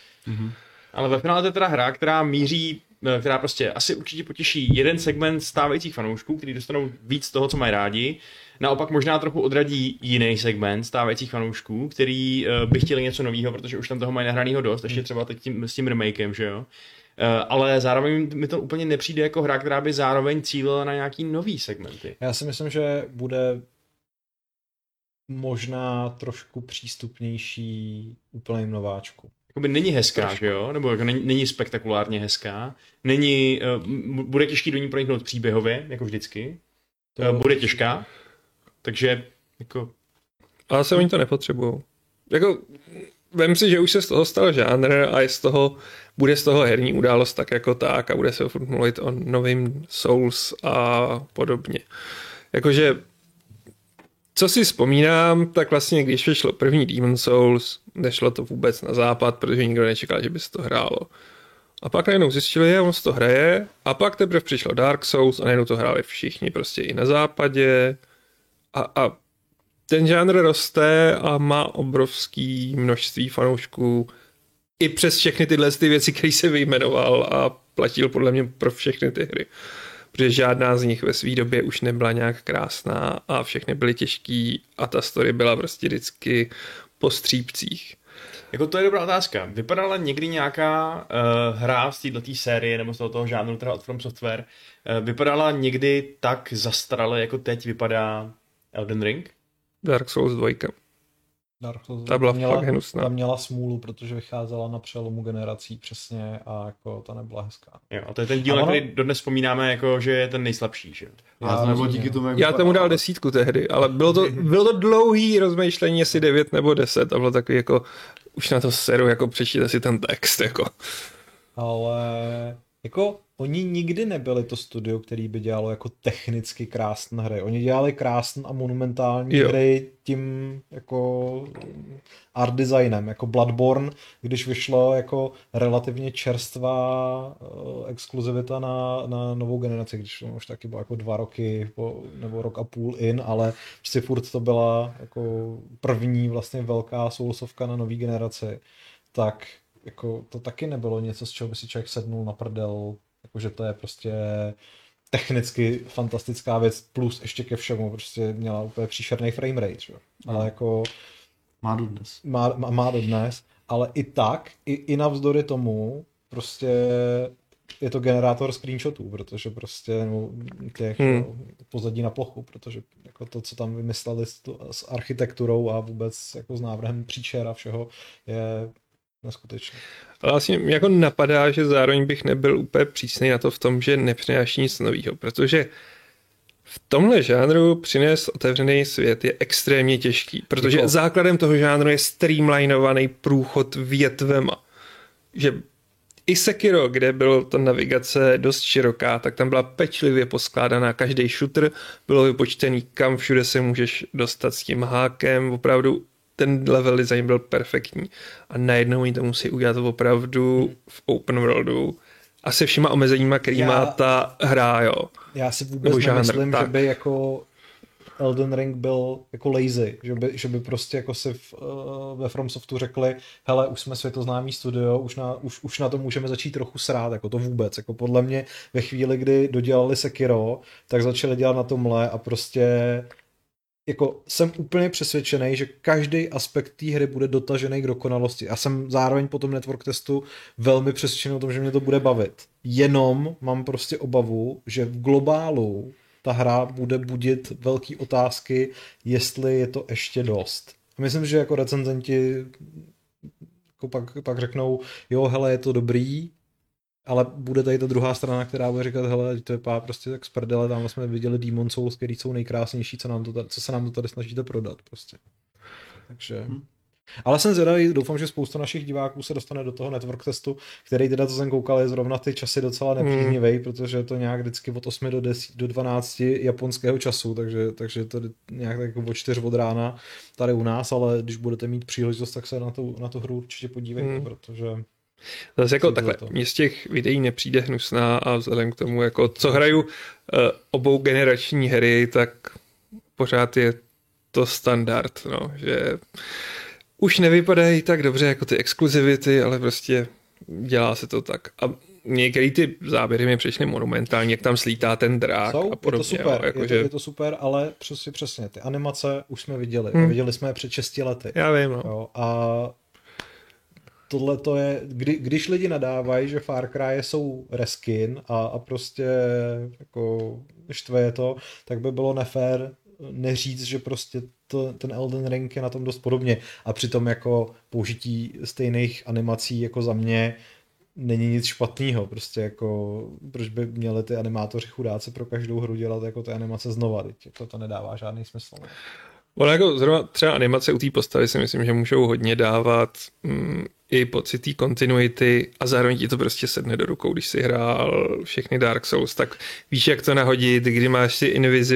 Ale ve finále to je teda hra, která prostě asi určitě potěší jeden segment stávajících fanoušků, kteří dostanou víc toho, co mají rádi. Naopak možná trochu odradí jiný segment stávajících fanoušků, který by chtěli něco nového, protože už tam toho mají nahranýho dost, ještě třeba teď s tím remakem, že jo. Ale zároveň mi to úplně nepřijde jako hra, která by zároveň cílila na nějaký nový segmenty. Já si myslím, že bude možná trošku přístupnější úplným nováčku. Jakoby není hezká, trošku. Že jo? Nebo jako není spektakulárně hezká. Bude těžký do ní proniknout příběhově, jako vždycky. Bude těžká. Takže jako... Ale se oni to nepotřebujou. Jako, vem si, že už se z toho stal žánr a bude z toho herní událost tak jako tak a bude se furt mluvit o novým Souls a podobně. Jakože, co si vzpomínám, tak vlastně když vyšlo první Demon Souls, nešlo to vůbec na západ, protože nikdo nečekal, že by se to hrálo. A pak najednou zjistili, že on se to hraje a pak teprve přišlo Dark Souls a najednou to hráli všichni prostě i na západě. A ten žánr roste a má obrovský množství fanoušků i přes všechny tyhle věci, které se vyjmenoval a platil podle mě pro všechny ty hry. Protože žádná z nich ve své době už nebyla nějak krásná a všechny byly těžký a ta story byla prostě vždycky po střípcích. Jako to je dobrá otázka. Vypadala někdy nějaká hra z této série nebo z toho žánru, teda od From Software, vypadala někdy tak zastarale, jako teď vypadá Elden Ring? Dark Souls 2. Dark Souls ta byla fakt hnusná. Ta měla smůlu, protože vycházela na přelomu generací přesně a jako ta nebyla hezká. Jo, a to je ten díl, na který dodnes vzpomínáme, jako, že je ten nejslabší. Že? Já tomu dal 10 tehdy, ale bylo to dlouhý rozmýšlení, jestli 9 nebo 10 a bylo takový jako už na to seru, jako přečtěte si ten text. Jako. Ale Jako oni nikdy nebyli to studio, který by dělalo jako technicky krásné hry. Oni dělali krásné a monumentální hry tím jako art designem. Jako Bloodborne, když vyšlo jako relativně čerstvá exkluzivita na novou generaci, když už taky bylo jako 2 roky nebo rok a půl in, ale si furt to byla jako první vlastně velká soulsovka na nový generaci. Tak jako to taky nebylo něco, z čeho by si člověk sednul na prdel, jakože to je prostě technicky fantastická věc, plus ještě ke všemu prostě měla úplně příšerný frame rate, že? Ale jako má dodnes. Má dodnes, ale i tak, i navzdory tomu prostě je to generátor screenshotů, protože prostě těch pozadí na plochu, protože jako to, co tam vymysleli s architekturou a vůbec jako s návrhem příčer a všeho je neskutečně. Ale vlastně jako napadá, že zároveň bych nebyl úplně přísný na to v tom, že nepřináší nic nového, protože v tomhle žánru přinést otevřený svět je extrémně těžký, protože základem toho žánru je streamlinovaný průchod větvema. Že i Sekiro, kde byla ta navigace dost široká, tak tam byla pečlivě poskládaná, každý shooter bylo vypočtený, kam všude se můžeš dostat s tím hákem, opravdu ten level design byl perfektní a najednou oni to musí udělat opravdu v open worldu a se všema omezeníma, který má ta hra, jo. Já si vůbec nemyslím, že by jako Elden Ring byl jako lazy, že by prostě jako si ve FromSoftu řekli, hele, už jsme světoznámý studio, už na to můžeme začít trochu srát, jako to vůbec, jako podle mě ve chvíli, kdy dodělali Sekiro, tak začali dělat na tomhle a prostě jako jsem úplně přesvědčený, že každý aspekt té hry bude dotažený k dokonalosti. A jsem zároveň po tom network testu velmi přesvědčený o tom, že mě to bude bavit. Jenom mám prostě obavu, že v globálu ta hra bude budit velký otázky, jestli je to ještě dost. A myslím, že jako recenzenti jako pak řeknou, jo, hele, je to dobrý, ale bude tady ta druhá strana, která bude říkat, hele, to je prostě tak z prdele, tam jsme viděli Demon Souls, který jsou nejkrásnější, co se nám to tady snažíte prodat prostě. Takže... Ale jsem zvědavý, doufám, že spousta našich diváků se dostane do toho network testu, který teda, co jsem koukal, je zrovna ty časy docela nepříznivý, protože je to nějak vždycky od 8 do 12 japonského času, takže to nějak tak jako od 4 od rána tady u nás, ale když budete mít příležitost, tak se na tu hru určitě podívejte, protože... Zase jako takhle, mně z těch videí nepřijde hnusná a vzhledem k tomu, jako co hraju obou generační hry, tak pořád je to standard, no, že už nevypadají tak dobře jako ty exkluzivity, ale prostě dělá se to tak. A některé ty záběry mi přišly monumentální, jak tam slítá ten drák a podobně. Je to super, jo, jako je to super, ale přesně, ty animace už jsme viděli. Viděli jsme je před 6 lety. Já vím, no. Jo, a tohle to je, když lidi nadávají, že Far Cry jsou reskin a prostě jako štve je to, tak by bylo nefér neříct, že prostě ten Elden Ring je na tom dost podobně a přitom jako použití stejných animací jako za mě není nic špatného, prostě jako proč by měli ty animátoři chudáci pro každou hru dělat jako ty animace znova, teď to nedává žádný smysl. Ne? Ono jako zrovna třeba animace u té postavy si myslím, že můžou hodně dávat i pocit té kontinuity a zároveň ti to prostě sedne do rukou, když si hrál všechny Dark Souls, tak víš, jak to nahodit, kdy máš si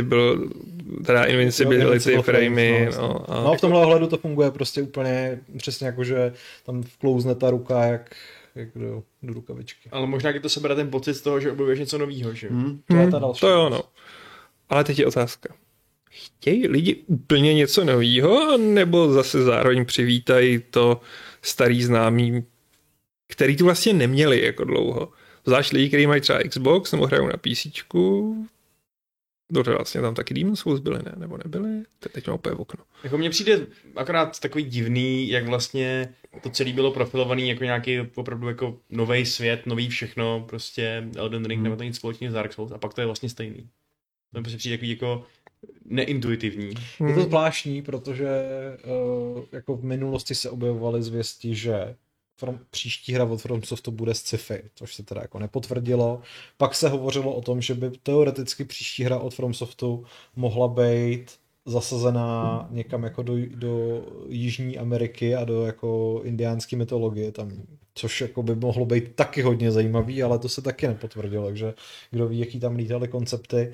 invincibility framey. No v tomhle ohledu to funguje prostě úplně přesně jako, že tam vklouzne ta ruka, jak do rukavičky. Ale možná, když to sebere ten pocit z toho, že objevuješ něco novýho, že? To je ta další. To jo, no. Ale teď je otázka. Chtějí lidi úplně něco novýho, nebo zase zároveň přivítají to starý známý, který tu vlastně neměli jako dlouho. Zvlášť lidi, kteří mají třeba Xbox nebo hrajou na PCčku. Dobře, vlastně tam taky Demon's Souls byly, ne? Nebo nebyly? Teď mám úplně v okno. Jako mně přijde akorát takový divný, jak vlastně to celé bylo profilovaný jako nějaký opravdu jako nový svět, nový všechno, prostě Elden Ring, nebo to nic společného s Dark Souls a pak to je vlastně stejný. To mi prostě přijde takový jako neintuitivní. Je to zvláštní, protože jako v minulosti se objevovaly zvěsti, že příští hra od FromSoftu bude sci-fi, což se teda jako nepotvrdilo. Pak se hovořilo o tom, že by teoreticky příští hra od FromSoftu mohla být zasazená někam jako do Jižní Ameriky a do jako indiánské mytologie. Tam což jako by mohlo být taky hodně zajímavý, ale to se taky nepotvrdilo, takže kdo ví, jaký tam lítaly koncepty.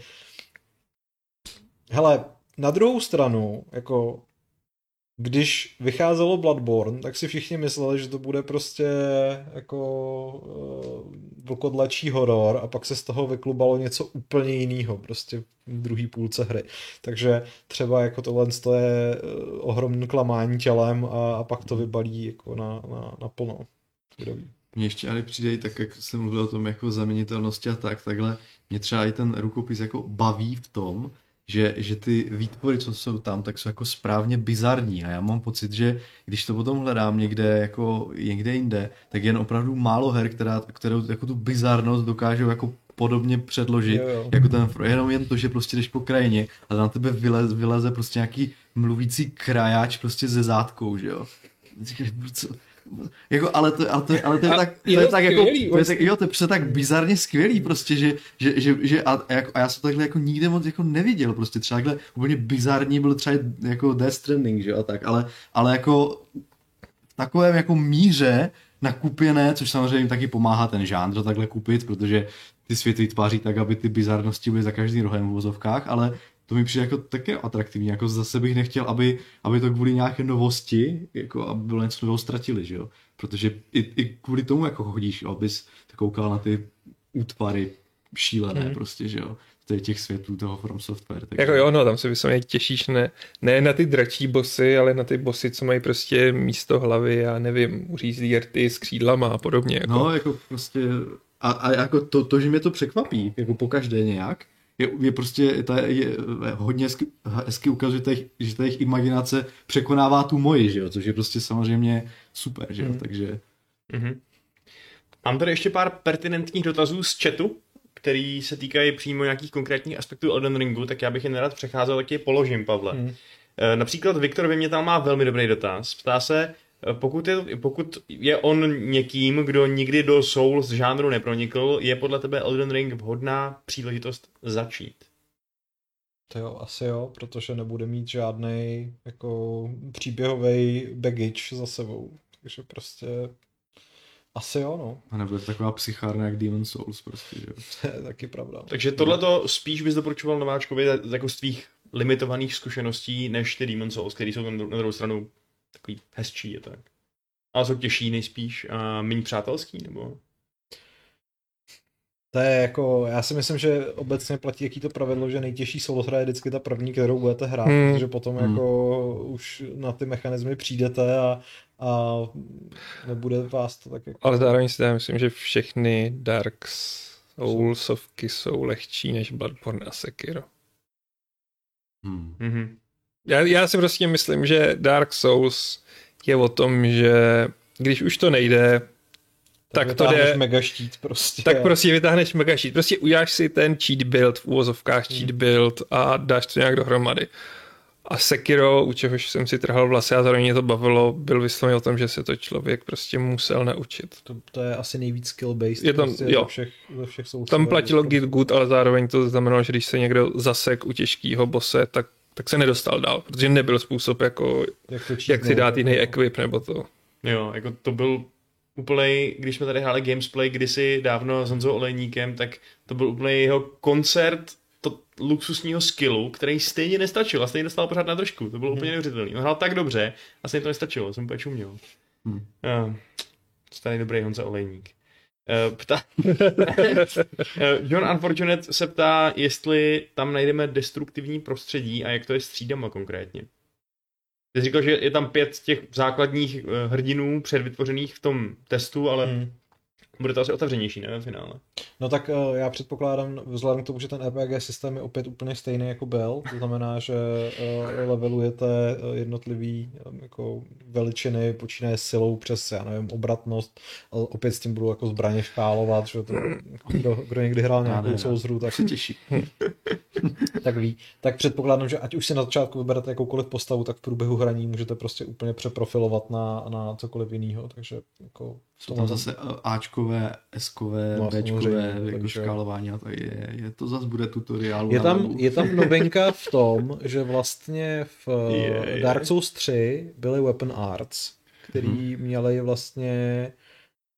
Hele, na druhou stranu, jako když vycházelo Bloodborne, tak si všichni mysleli, že to bude prostě jako vlkodlačí horor a pak se z toho vyklubalo něco úplně jiného, prostě v druhé půlce hry. Takže třeba jako tohle je ohromný klamání tělem a pak to vybalí jako na plno. Kdo ví. Mně ještě ale přijde, tak jak jsem mluvil o tom jako zaměnitelnosti a takhle, mě třeba i ten rukopis jako baví v tom, že ty výtvory, co jsou tam, tak jsou jako správně bizarní a já mám pocit, že když to potom hledám někde jinde, tak jen opravdu málo her, kterou jako tu bizarnost dokážou jako podobně předložit, jako ten jenom jen to, že prostě jdeš po krajině a na tebe vyleze prostě nějaký mluvící krajáč prostě ze zátkou, že jo. Jako, ale to je tak bizarně skvělý prostě, že já jsem takhle jako nikde moc jako neviděl, prostě třeba takhle úplně bizarní byl třeba jako Death Stranding, že jo, tak, ale jako v takovém jako míře nakupěné, což samozřejmě taky pomáhá ten žánr takhle kupit, protože ty světy tváří tak, aby ty bizarnosti byly za každým rohem v uvozovkách, ale to mi přijde jako taky atraktivní, jako zase bych nechtěl, aby to kvůli nějaké novosti, jako aby bylo něco nového ztratili, že jo, protože i kvůli tomu jako chodíš, jo, abys koukal na ty útvary šílené prostě, že jo, těch světů toho From Software. Takže... Jako jo, no, tam se vysloveně těšíš ne na ty dračí bossy, ale na ty bossy, co mají prostě místo hlavy, já nevím, uřízlý rty s křídlama a podobně. Jako. No, jako prostě, a jako to, že mě to překvapí, jako pokaždé nějak, je prostě, je hodně hezky ukazuje, že ta jejich imaginace překonává tu moji, že jo, což je prostě samozřejmě super, že jo, takže... Mám tady ještě pár pertinentních dotazů z chatu, který se týkají přímo nějakých konkrétních aspektů Elden Ringu, tak já bych je nerad přecházel, tak je položím, Pavle. Například Viktor Vymětal má velmi dobrý dotaz. Ptá se, pokud je on někým, kdo nikdy do Souls žánru nepronikl, je podle tebe Elden Ring vhodná příležitost začít? To jo, asi jo, protože nebude mít žádnej jako příběhový baggage za sebou. Takže prostě asi jo, no. A nebude taková psychárna jak Demon's Souls prostě, že jo. To je taky pravda. Takže tohleto spíš bys doporučoval nováčkovi jako z tvých limitovaných zkušeností, než ty Demon's Souls, který jsou na druhou stranu takový hezčí je tak. Ale jsou těžší nejspíš a méně přátelský, nebo? To je jako, já si myslím, že obecně platí jaký to pravidlo, že nejtěžší solo hra je vždycky ta první, kterou budete hrát, protože potom jako už na ty mechanismy přijdete a nebude vás to tak jako... Ale zároveň si myslím, že všechny Dark Soulsovky jsou lehčí než Bloodborne a Sekiro. Já si prostě myslím, že Dark Souls je o tom, že když už to nejde, tak to jde... megaštít prostě. Tak prostě vytáhneš megaštít. Prostě uděláš si ten cheat build, v úvozovkách cheat build a dáš to nějak dohromady. A Sekiro, u čehož jsem si trhal vlasy a zároveň mě to bavilo, byl vysloveně o tom, že se to člověk prostě musel naučit. To je asi nejvíc skill-based. Je tam, prostě jo. Ze všech tam platilo get good, ale zároveň to znamenalo, že když se někdo zasek u těžkého bose, tak se nedostal dál, protože nebyl způsob, jako, jak si dát jiný equip nebo to. Jo, jako to byl úplnej, když jsme tady hráli Gamesplay kdysi dávno s Honzou Olejníkem, tak to byl úplnej jeho koncert luxusního skillu, který stejně nestačil a stejně dostal pořád na držku. To bylo úplně neuvěřitelný. On hrál tak dobře a stejně to nestačilo. Jsem úplně čuměl. Starý dobrý Honza Olejník. John Unfortunate se ptá, jestli tam najdeme destruktivní prostředí a jak to je s třídama konkrétně. Ty jsi říkal, že je tam 5 těch základních hrdinů předvytvořených v tom testu, ale bude to asi otevřenější, ne, v finále. No tak já předpokládám, vzhledem k tomu, že ten RPG systém je opět úplně stejný jako byl, to znamená, že levelujete jednotlivý jako veličiny, počínaje silou přes, já nevím, obratnost, opět s tím budu jako zbraně škálovat, že to, kdo někdy hrál nějakou souzhru, tak se těší. tak ví. Tak předpokládám, že ať už si na začátku vyberete jakoukoliv postavu, tak v průběhu hraní můžete prostě úplně přeprofilovat na cokoliv jiného, takže jako... Jsou tam zase Ačkové, Skové, Bčkové, jako škálování a tak je to zase bude tutoriál. Je tam novinka v tom, že vlastně v Dark Souls 3 byly weapon arts, který měly vlastně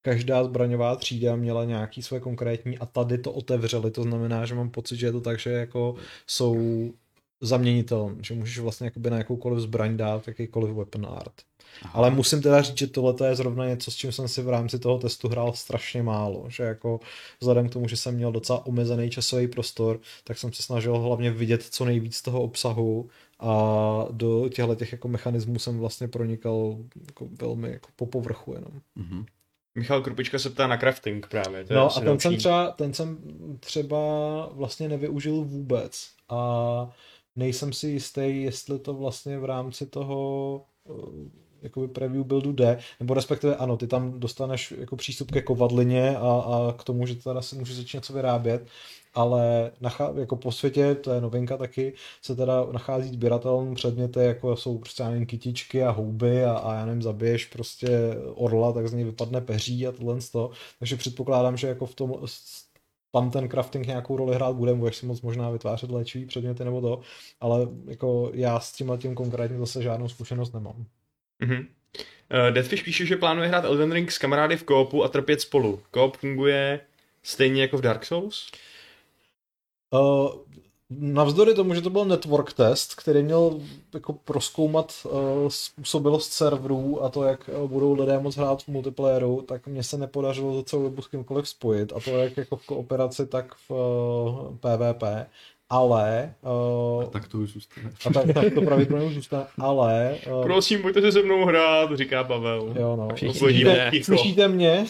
každá zbraňová třída měla nějaký své konkrétní a tady to otevřeli, to znamená, že mám pocit, že je to tak, že jako jsou zaměnitelné, že můžeš vlastně jakoby na jakoukoliv zbraň dát jakýkoliv weapon art. Aha. Ale musím teda říct, že tohle je zrovna něco, s čím jsem si v rámci toho testu hrál strašně málo, že jako vzhledem k tomu, že jsem měl docela omezený časový prostor, tak jsem se snažil hlavně vidět co nejvíc toho obsahu a do těch jako mechanismů jsem vlastně pronikal jako velmi jako po povrchu jenom. Mhm. Michal Krupička se ptá na crafting právě. To no a ten jsem třeba vlastně nevyužil vůbec a nejsem si jistý, jestli to vlastně v rámci toho jakoby preview buildu jde, nebo respektive ano, ty tam dostaneš jako přístup ke kovadlině a k tomu, že teda si můžeš začít něco vyrábět, ale jako po světě, to je novinka taky, se teda nachází sběratelné předměty, jako jsou prostě nevím, kytičky a houby a já nevím, zabiješ prostě orla, tak z něj vypadne peří a tohle z toho, takže předpokládám, že jako v tom tam ten crafting nějakou roli hrát bude, budeš si moc možná vytvářet léčivý předměty nebo to, ale jako já s tím konkrétně zase žádnou zkušenost nemám. Mm-hmm. Deathfish píše, že plánuje hrát Elden Ring s kamarády v koopu a trpět spolu. Koop funguje stejně jako v Dark Souls? Navzdory tomu, že to byl network test, který měl jako prozkoumat způsobilost serverů a to, jak budou lidé moc hrát v multiplayeru, tak mně se nepodařilo to celou dobu s kýmkoliv spojit. A to jak jako v kooperaci, tak v PvP. Ale... tak to už zůstane. Tak to pravděpodobně už zůstane, ale... Prosím, pojďte se se mnou hrát, říká Pavel. Jo, no. Slyšíte mě?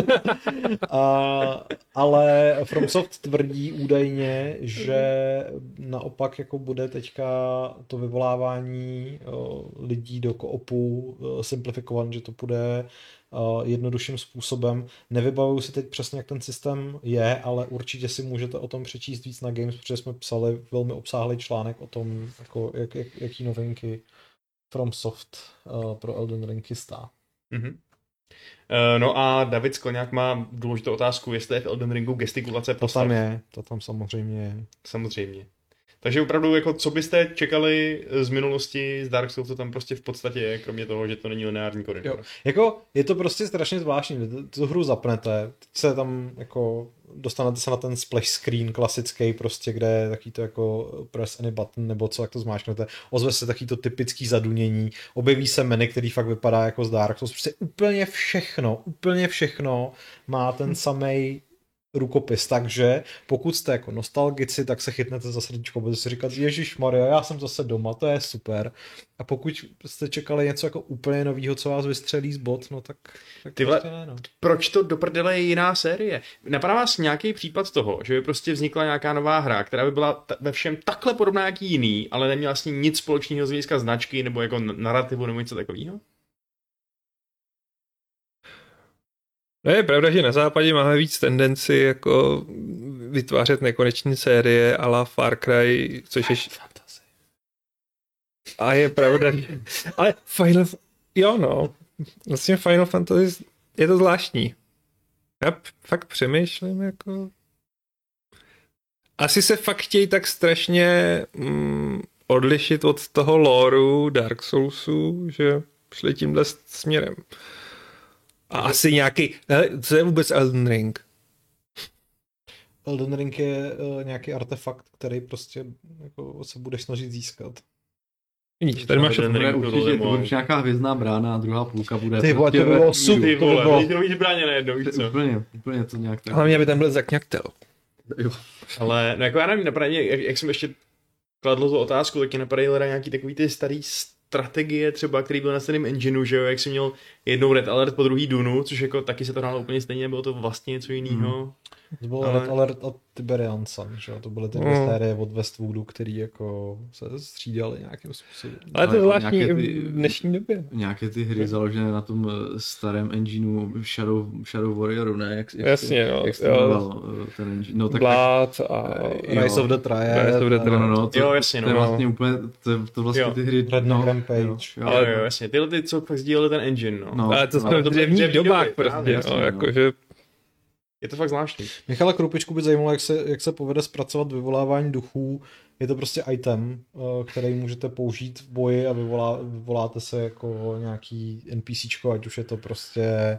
Ale FromSoft tvrdí údajně, že naopak jako bude teďka to vyvolávání lidí do koopu simplifikovat, že to bude jednodušším způsobem. Nevybavuju si teď přesně, jak ten systém je, ale určitě si můžete o tom přečíst víc na Games, protože jsme psali velmi obsáhlý článek o tom, jako, jaký novinky FromSoft pro Elden Ring chystá. Mm-hmm. No a David Skleňák má důležitou otázku, jestli je v Elden Ringu gestikulace postav. To tam samozřejmě je. Samozřejmě. Takže opravdu, jako, co byste čekali z minulosti, z Dark Souls, to tam prostě v podstatě je, kromě toho, že to není lineární koridor. Jo. Jako, je to prostě strašně zvláštní, vy tu hru zapnete, teď se tam jako, dostanete se na ten splash screen klasický prostě, kde je taký to jako press any button, nebo co, jak to zmáčknete, ozve se taký to typický zadunění, objeví se menu, který fakt vypadá jako z Dark Souls, prostě úplně všechno má ten samej rukopis, takže pokud jste jako nostalgici, tak se chytnete za srdíčko, budete si říkat, ježišmarja, já jsem zase doma, to je super. A pokud jste čekali něco jako úplně novýho, co vás vystřelí z bot, no tak prostě ne, no. Proč to do prdele je jiná série? Napadá vás nějaký případ toho, že by prostě vznikla nějaká nová hra, která by byla ve všem takhle podobná jak jiný, ale neměla vlastně nic společného z hlediska značky nebo jako narrativu nebo něco takového? No je pravda, že na západě máme víc tendenci jako vytvářet nekonečné série a la Far Cry, což je... A je pravda, že... Ale vlastně Final Fantasy je to zvláštní. Já fakt přemýšlím jako... Asi se fakt chtějí tak strašně odlišit od toho loreu Dark Soulsu, že šli tímhle směrem. A asi nějaký... Co je vůbec Elden Ring? Elden Ring je nějaký artefakt, který prostě jako se budeš snažit získat. Vidíš, tady máš určitě nějaká hvězdná brána a druhá půlka bude... Ty vole, to by bylo super. Ty vole, to víš zbraně najednou, víš co? Úplně to nějak tak. Hlavně by tam byl zakňaktel. Ale no jako já nevím, napadá, jak jsem ještě kladl tu otázku, taky napadají nějaký takový ty starý strategie třeba, který byl na stejném engineu, že jo, jak jsi měl jednou Red Alert po druhý Dunu, což jako taky se to hrálo úplně stejně, bylo to vlastně něco jiného. To bylo Red Alert od Tiberian Sun, že jo, to byly ty dvě série od Westwoodu, který jako se střídali nějakým způsobem. Ale to je zvláštní v dnešní době. Nějaké ty hry založené na tom starém engineu Shadow Warrioru, ne? Jasně, no. Jak se jmenoval ten engine? No, tak Blood a Rise of the Triad. Jo, jasně, no. To je vlastně úplně, to vlastně ty hry... Red Rampage. Jo, jasně, tyhle ty, co pak sdíleli ten engine, no. Ale to jsme v dřevních dobách prostě, no, jakože... Je to fakt zvláštní. Michala Krupičku by zajímalo, jak se povede zpracovat vyvolávání duchů. Je to prostě item, který můžete použít v boji a vyvoláte se jako nějaký NPCčko, ať už je to prostě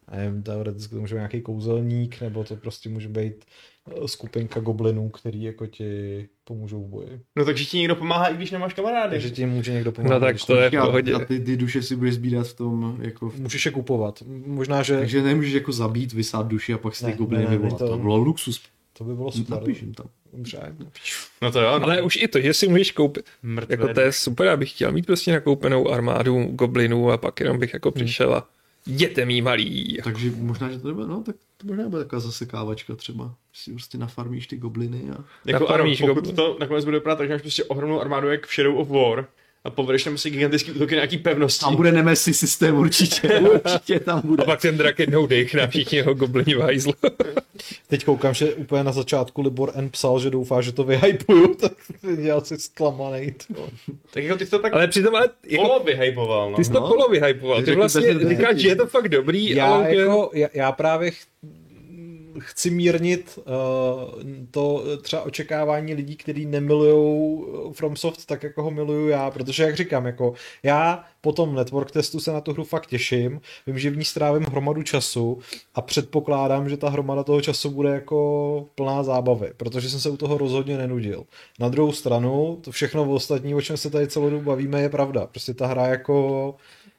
nevím, teoreticky to může být nějaký kouzelník, nebo to prostě může být skupinka goblinů, který jako ti pomůžou v boji. No takže ti někdo pomáhá, i když nemáš kamarády. Takže ti může někdo pomáhat. No tak to je v pohodě. A ty duše si budeš sbírat v tom, jako... Můžeš je kupovat. Možná, že... Takže nemůžeš jako zabít, vysát duši a pak si ty Ne, gobliny ne, vyvolat. To bylo luxus. To by bylo super. Napíšem tam. Dobře. No to jo. Ale už i to, že si můžeš koupit. Mrtvé. Jako to je super, abych chtěl mít prostě nakoupenou armádu goblinů a pak jenom bych jako přišel a jděte mý malý. Takže možná, že to nebude, no, tak to možná bude taková zasekávačka třeba. Si prostě nafarmíš ty gobliny a... Jako ano, Nafarmíš pokud to nakonec bude vypadat tak, že máš prostě ohromnou armádu jak v Shadow of War a povedeš tam si gigantický útoky na nějaký pevnosti. Tam bude Nemesis systém určitě tam bude. A pak ten drak jednou dech na všichni jeho goblini v hajzlu. Teď koukám, že úplně na začátku Libor N psal, že doufá, že to vyhypuju, tak dělal si zklamanej. Tak jako ty to tak Ale přitom, ale jako, polo vyhypoval, no. ty jsi to polo vyhypoval. Ty řekl, vlastně že- říkáš, že je to fakt dobrý, ale Já právě chci mírnit to třeba očekávání lidí, kteří nemilujou FromSoft tak, jako ho miluju já, protože jak říkám, jako já po tom network testu se na tu hru fakt těším, vím, že v ní strávím hromadu času a předpokládám, že ta hromada toho času bude jako plná zábavy, protože jsem se u toho rozhodně nenudil. Na druhou stranu, to všechno ostatní, o čem se tady celou dobu bavíme, je pravda. Prostě ta hra jako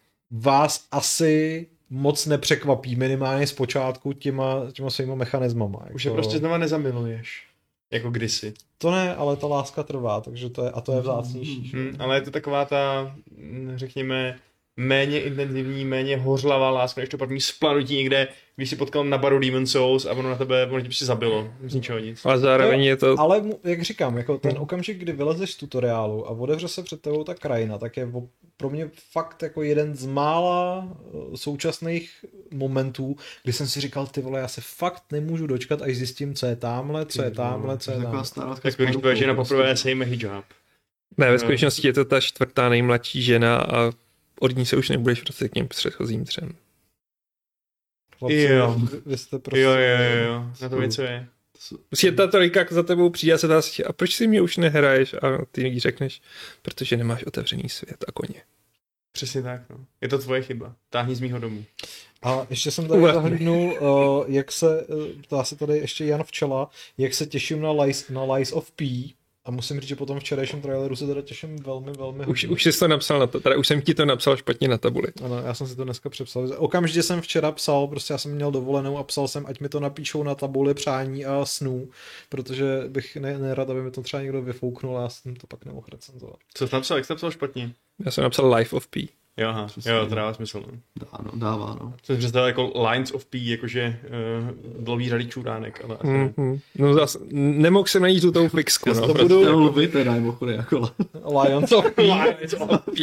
vás moc nepřekvapí, minimálně z počátku těma svýma mechanismama. Už je prostě znova nezamiluješ. Jako kdysi. To ne, ale ta láska trvá, takže to je vzácnější. Ale je to taková ta, řekněme, méně intenzivní, méně hořlavá láska, než to první splanutí někde, když si potkal na baru Demon's Souls a ono tě prostě zabilo. Z ničeho nic. a zároveň je to... Ale jak říkám, jako ten okamžik, kdy vylezeš z tutoriálu a otevře se před tebou ta krajina, tak je pro mě fakt jako jeden z mála současných momentů, kdy jsem si říkal, ty vole, já se fakt nemůžu dočkat, až zjistím, co je tamhle, co je tamhle, co je Taková tamhle. stará Tak když tvoje žena poprvé sejme hijab. Ne, ve skutečnosti je to ta čtvrtá nejmladší žena a od ní se už nebudeš vracet k těm předchozím třem. Chlapci, Jo. vy jste prostě... Jo, na to něco je. Prostě ta trojka za tebou přijde a se dá si, a proč si mě už nehraješ? A ty jí řekneš, protože nemáš otevřený svět a koně. Přesně tak, no. Je to tvoje chyba. Táhni z mýho domu. A ještě jsem tady zahlídnul, jak se, ptá se tady ještě Jan Včela, jak se těším na Lies of P. A musím říct, že po tom včerejším traileru se teda těším velmi hodně. Už jsi to napsal na to, teda už jsem ti to napsal špatně na tabuli. Ano, já jsem si to dneska přepsal. Okamžitě jsem včera psal, prostě já jsem měl dovolenou a psal jsem, ať mi to napíšou na tabuli přání a snů, protože bych nerad, aby mi to třeba někdo vyfouknul a já jsem to pak nemohl recenzovat. Co jsi napsal? Jak jsi napsal špatně? Já jsem napsal Life of P. Jo, aha. Jo, to dává smysl. No. Dává, no. Jsem představil jako Lines of P, jakože dlouhý řady čuránek. Ale No zase, nemohl jsem najít tu tou fixku, no. To budu To lvy teda, mimochodem, jako. Lions of P. Lines of P.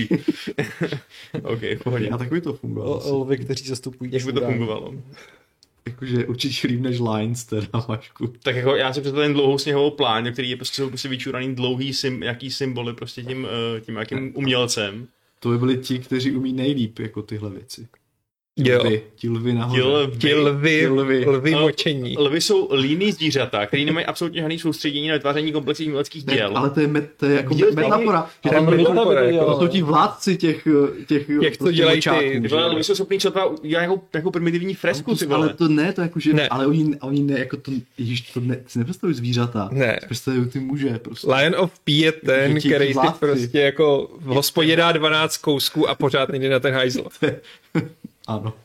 OK, v pohodě. A takový to fungovalo. Lvy, kteří zastupují. Jak by to fungovalo? Jakože určitě líp než Lines teda, Vašku. Tak jako já si představím dlouhou sněhovou pláň, který je prostě, jsou prostě vyčuraný dlouhý jaký symboly prostě tím jakým umělcem. To by byli ti, kteří umí nejlíp jako tyhle věci. Jo. Ti lvy nahoře. Ti lvy Ale močení. Lvy jsou líný zvířata, který nemají absolutně žádný soustředění na vytváření komplexních uměleckých Ne, děl. ale to je jako metafora. Že Ale tam metafora, jako- to jsou ti vládci těch co dělají močáků, ty- Ty vole, lvy jsou schopný třeba udělat nějakou primitivní fresku, ty vole. Ale to ne, to jako, že, Ne. ale oni ne, jako to, ježiš, to ne, si nepředstavují zvířata. Ne. Si představují ty muže, prostě. Lion of P je ten, Že ti který si vládci. prostě jako v hospodě dá 12 kousků a pořád nejde na ten hajzl. Ano.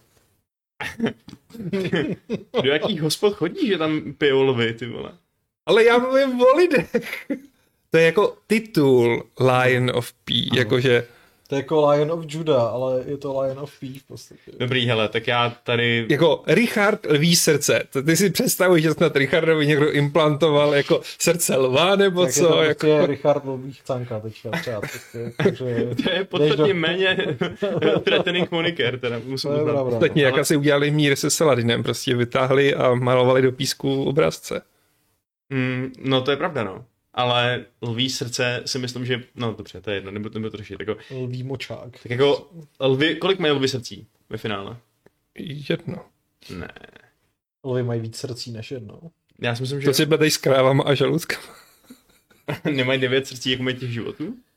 Do jakých hospod chodí, že tam pijou lvy, ty vole? Ale já mluvím o lidech. To je jako titul Lion of P, jakože To je jako Lion of Judah, ale je to Lion of P v podstatě. Dobrý, hele, tak já tady... jako Richard lví srdce. To ty si představuj, že snad Richardovi někdo implantoval jako srdce lva, nebo Tak co? je to jako... prostě Richard Lubých Canka teďka třeba. Prostě, takže, To je podstatně méně threatening moniker, teda musím to je uznat. pravda. Ostatně, jak Ale- asi udělali mír se Saladinem, prostě vytáhli a malovali do písku obrazce. No to je pravda, no. Ale lví srdce si myslím, že... No dobře, to je jedno, nebo to řešit. Jako, Lví močák. tak jako lvy, kolik mají lvy srdcí ve finále? Jedno. Ne. Lvy mají víc srdcí než jedno. Já si myslím, že To si tady s krávama a žaludkama. nemají 9 srdcí, jako mají těch životů.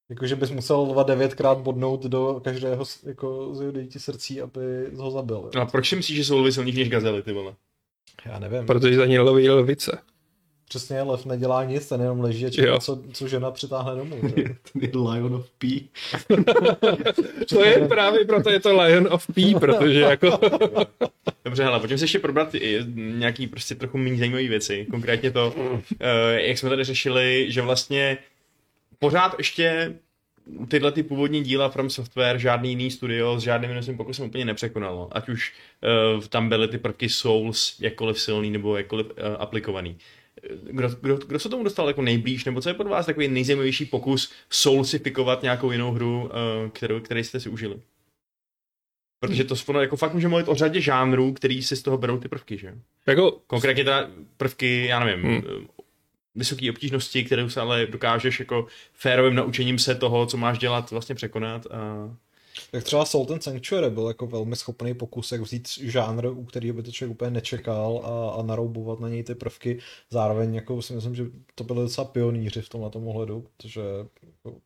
Jakože bys musel lva 9krát bodnout do každého jako z jeho 9 srdcí, aby ho zabil. Jo. No a proč si myslíš, že jsou lvy silnější než gazely, ty vole? Já nevím. Protože za ní loví lvice. Přesně, lev nedělá nic, ten jenom leží a čeká, co žena přitáhne domů. Že? Ten je Lion of P. To je právě proto je to Lion of P, protože jako... Dobře, hele, pojďme se ještě probrat i nějaký prostě trochu méně zajímavé věci. Konkrétně to, jak jsme tady řešili, že vlastně pořád ještě tyhle ty původní díla From Software žádný jiný studio s žádným jiným pokusem úplně nepřekonalo. Ať už tam byly ty prvky Souls jakkoliv silný nebo jakkoliv aplikovaný. Kdo se tomu dostal jako nejblíž, nebo co je pod vás takový nejzajímavější pokus soulsifikovat nějakou jinou hru, který jste si užili? Protože to jako fakt můžeme mluvit o řadě žánrů, který si z toho berou ty prvky, že? Jako... Konkrétně teda prvky, já nevím, vysoké obtížnosti, které se ale dokážeš jako férovým naučením se toho, co máš dělat, vlastně překonat. Tak třeba Salt and Sanctuary byl jako velmi schopný pokus, jak vzít žánr, u kterého by to člověk úplně nečekal a naroubovat na něj ty prvky. Zároveň jako si myslím, že to byly docela pionýři v tomhle ohledu, protože jako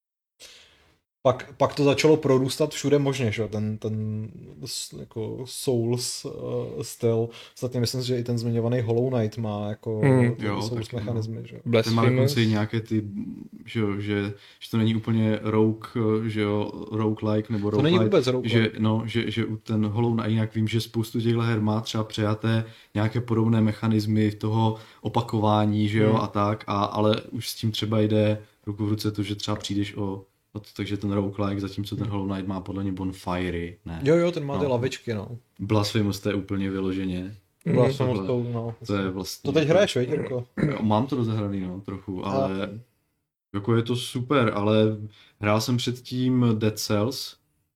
pak to začalo prorůstat všude možně, že? Ten jako Souls styl. Ostatně myslím, že i ten zmiňovaný Hollow Knight má jako Souls mechanismy. Že? Ten má dokonce nějaké ty, že to není úplně roguelike nebo roguelike. To není vůbec roguelike. Že u ten Hollow Knight, jinak vím, že spoustu těchto her má třeba přejaté nějaké podobné mechanismy toho opakování, že jo, a tak, ale už s tím třeba jde ruku v ruce to, že třeba přijdeš takže ten roguelike, zatímco ten Hollow Knight má podle mě bonfirey, ne? Jo, ten má ty lavičky, no. Blasphemous to je úplně vyloženě. Blasphemous to je vlastně... To teď hraješ, veď, Jirko? Mám to rozehraný, no, trochu, ale jako je to super, ale hrál jsem předtím Dead Cells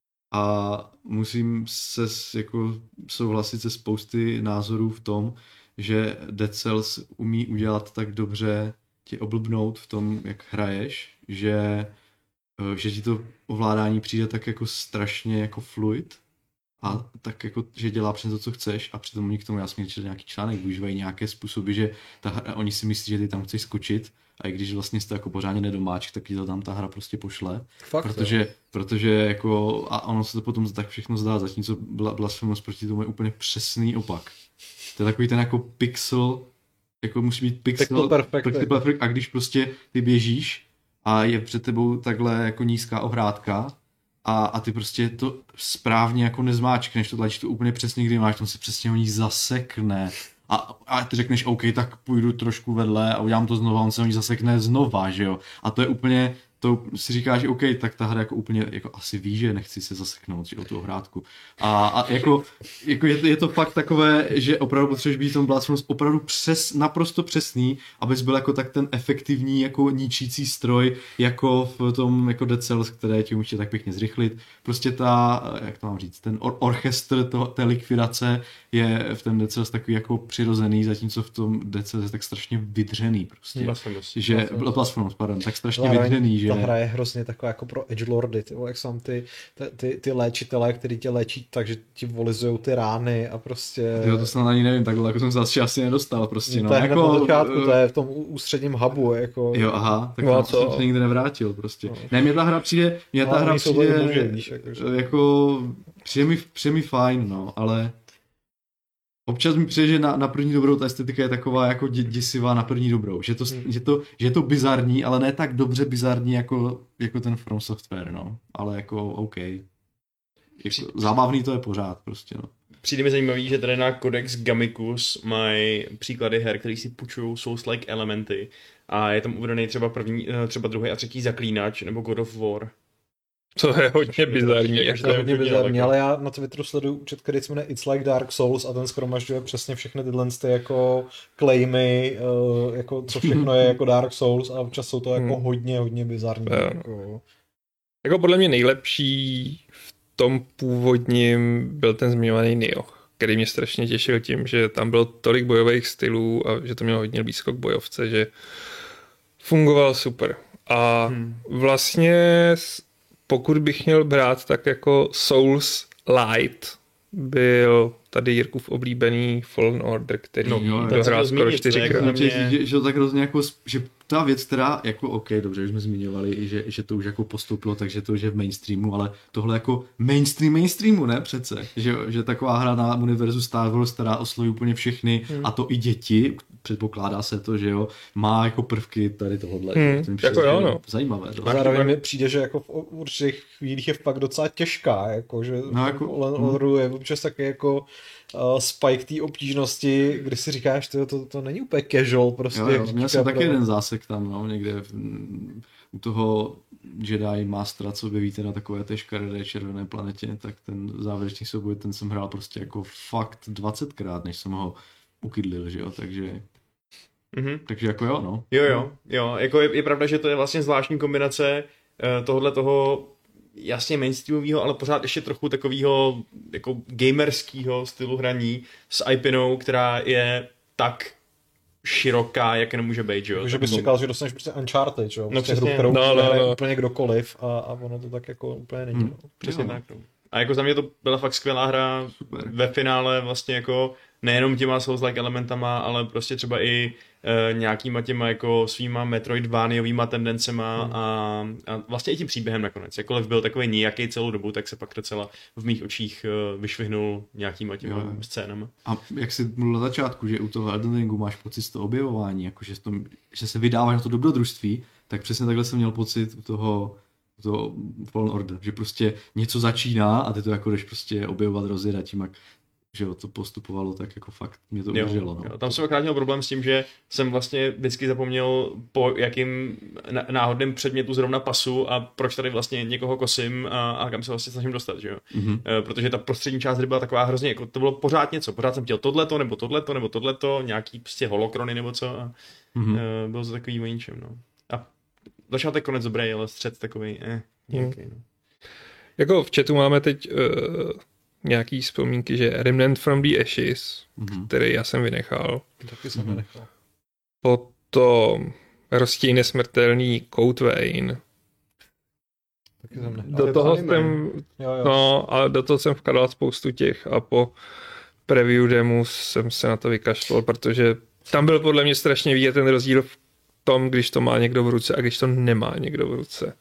a musím se jako souhlasit se spousty názorů v tom, že Dead Cells umí udělat tak dobře tě oblbnout v tom, jak hraješ, že ti to ovládání přijde tak jako strašně jako fluid a tak jako, že dělá přesně to, co chceš a přitom oni k tomu, já jsem četl nějaký článek, využívají nějaké způsoby, že oni si myslí, že ty tam chceš skočit a i když vlastně jste jako pořádně nedomáč, tak ti to tam ta hra prostě pošle. Fakt, protože jako, a ono se to potom tak všechno zdá, zatímco Blasphemous proti tomu je úplně přesný opak. To je takový ten jako pixel, jako musí být pixel perfect a když prostě ty běžíš a je před tebou takhle jako nízká ohrádka a ty prostě to správně jako nezmáčkneš, to tlačíš to úplně přesně, kdy máš, tam se přesně o ní zasekne a ty řekneš, OK, tak půjdu trošku vedle a udělám to znova, on se o ní zasekne znova, že jo, a to je úplně, to si říká, že OK, tak ta hra jako úplně, jako asi ví, že nechci se zaseknout, že o tu ohrádku. A jako je to fakt takové, že opravdu potřebuješ být v tom Blasphemous opravdu naprosto přesný, abys byl jako tak ten efektivní, jako ničící stroj, jako v tom jako Dead Cells, které ti může tak pěkně zrychlit. Prostě jak to mám říct, ten orchestr té likvidace je v tom Dead Cells takový jako přirozený, zatímco v tom Dead Cells je tak strašně vydřený prostě. Blasphemous, pardon, tak strašně vydřený, že ta hra je hrozně taková jako pro edgelordy, jak jsou ty léčitelé, kteří tě léčí tak, že ti volizujou ty rány a prostě... Jo, to snad ani nevím, takhle jako jsem se asi nedostal prostě, no. To je hned na začátku, to je v tom ústředním hubu, jako... Jo, aha, tak no, jsem se nikdy nevrátil prostě. No. Ne, mně ta hra přijde, přijde mi fajn, no, ale... Občas mi přijde, že na první dobrou ta estetika je taková jako děsivá na první dobrou. Že je to bizarní, ale ne tak dobře bizarní jako ten From Software, no. Ale jako OK. Zábavný to je pořád prostě, no. Přijde mi zajímavý, že tady na Codex Gamicus mají příklady her, které si půjčují Souls-like elementy a je tam uvedený třeba druhý a třetí Zaklínač nebo God of War. To je hodně bizarní. To je hodně bizarní, ale já na Twitteru sleduju účet, který se jmenuje It's Like Dark Souls a ten shromažďuje přesně všechny tyhle jako claimy, jako co všechno je jako Dark Souls a občas jsou to jako hodně bizarní. Jako podle mě nejlepší v tom původním byl ten zmiňovaný Nioh, který mě strašně těšil tím, že tam bylo tolik bojových stylů a že to mělo hodně blízko k bojovce, že fungoval super. A vlastně pokud bych měl brát, tak jako Souls Light byl tady Jirkův oblíbený Fallen Order, který dohrál skoro 4krát. Že to tak hrozně jako, že ta věc, která jako OK, dobře, už jsme zmiňovali, že to už jako postoupilo, takže to už je v mainstreamu, ale tohle jako mainstreamu, ne přece, že taková hra na univerzu Star Wars, která osloví úplně všechny, a to i děti, předpokládá se to, že jo, má jako prvky tady tohohle. Jako jo, no. Zajímavé. Zároveň mi přijde, že jako v určitých chvílích je fakt docela těžká, jako, že je občas taky jako spike té obtížnosti, kdy si říkáš, to není úplně casual prostě. Jo, měl jsem taky jeden zásek tam, no, někde u toho Jedi Mastera, co objevíte na takové té škaredé červené planetě, tak ten závěrečný souboj, ten jsem hrál prostě jako fakt 20krát, než jsem ho ukydlil, že jo, takže takže jako jo, no. Jo, jako je pravda, že to je vlastně zvláštní kombinace toho jasně mainstreamového, ale pořád ještě trochu takového jako gamerského stylu hraní s IPinou, která je tak široká, jak nemůže být, jo. Že bys čekal, že dostaneš prostě Uncharted, jo. No přesně, hru, kterou úplně kdokoliv a ono to tak jako úplně není. No. Přesně tak. No. A jako za mě to byla fakt skvělá hra. Super. Ve finále vlastně jako nejenom těma Souls-like elementama, ale prostě třeba i nějakýma těma jako svýma Metroidvaniovýma tendencema a vlastně i tím příběhem nakonec. Jakkoliv byl takový nějaký celou dobu, tak se pak docela v mých očích vyšvihnul nějakýma těma scénama. A jak jsi mluvil na začátku, že u toho Elden Ringu máš pocit z toho objevování, jako že se vydáváš na to dobrodružství, tak přesně takhle jsem měl pocit u toho Fallen Order, že prostě něco začíná a ty to jako jdeš prostě objevovat, rozjedat tím, jak že to postupovalo, tak jako fakt mě to udrželo. No. Tam jsem akorát měl problém s tím, že jsem vlastně vždycky zapomněl, po jakým náhodným předmětu zrovna pasu a proč tady vlastně někoho kosím a kam se vlastně snažím dostat, že jo. Protože ta prostřední část hry byla taková hrozně, jako to bylo pořád něco, pořád jsem chtěl tohleto, nebo tohleto, nějaký prostě holokrony nebo co a bylo to takový o ničem, no. A začátek konec dobrý, ale střed takový, nějaký, no. Jako v chatu máme teď nějaký vzpomínky, že Remnant from the Ashes, který já jsem vynechal. Taky jsem vynechal. Potom Rostěj nesmrtelný Code Vein. Taky jsem nechal. Do toho jsem, ale do toho jsem vkladal spoustu těch a po preview demo jsem se na to vykašlal, protože tam byl podle mě strašně vidět ten rozdíl v tom, když to má někdo v ruce a když to nemá někdo v ruce.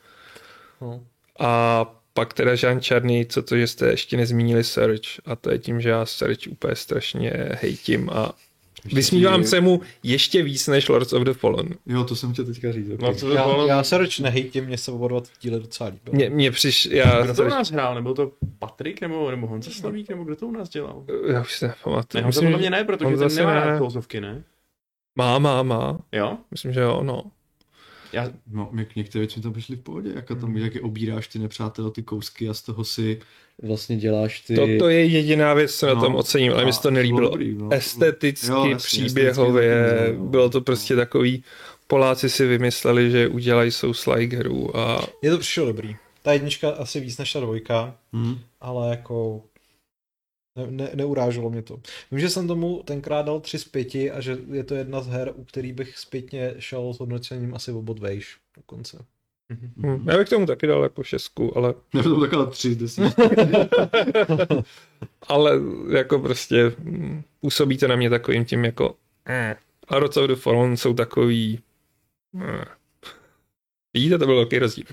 A pak teda Jean Černý, že jste ještě nezmínili Search a to je tím, že já Search úplně strašně hejtím a vysmívám se mu ještě víc než Lords of the Fallen. Jo, to jsem chtěl teďka říct. Okay. Já Search nehejtím, mě se oba dva díle docela líbilo. Mně kdo to u nás hrál? Nebyl to Patrik nebo Honza Slavík, nebo kdo to u nás dělal? Já už se nepamatuju. Honza podle mě ne, protože ten nemá Soulsovky, ne? Má. Jo? Myslím, že jo, no. Některé věci mi tam přišly v pohodě, jako tam jak obíráš ty nepřátelé, ty kousky a z toho si vlastně děláš ty... To je jediná věc, co na tom ocením, ale mi se to nelíbilo. Dobrý, esteticky, příběhově, bylo to prostě takový, Poláci si vymysleli, že udělají Souls-like hru a... Je to přišlo dobrý. Ta jednička asi víc než ta dvojka, ale jako... Neuráželo mě to. Vím, že jsem tomu tenkrát dal 3 z 5 a že je to jedna z her, u který bych zpětně šel s hodnocením asi o bod vejš dokonce. Já bych tomu taky dal jako 6, ale... Já bych tomu taky dal 3 z 10. Ale jako prostě působíte na mě takovým tím jako a Lords of the Fallen jsou takový vidíte, to byl velký rozdíl.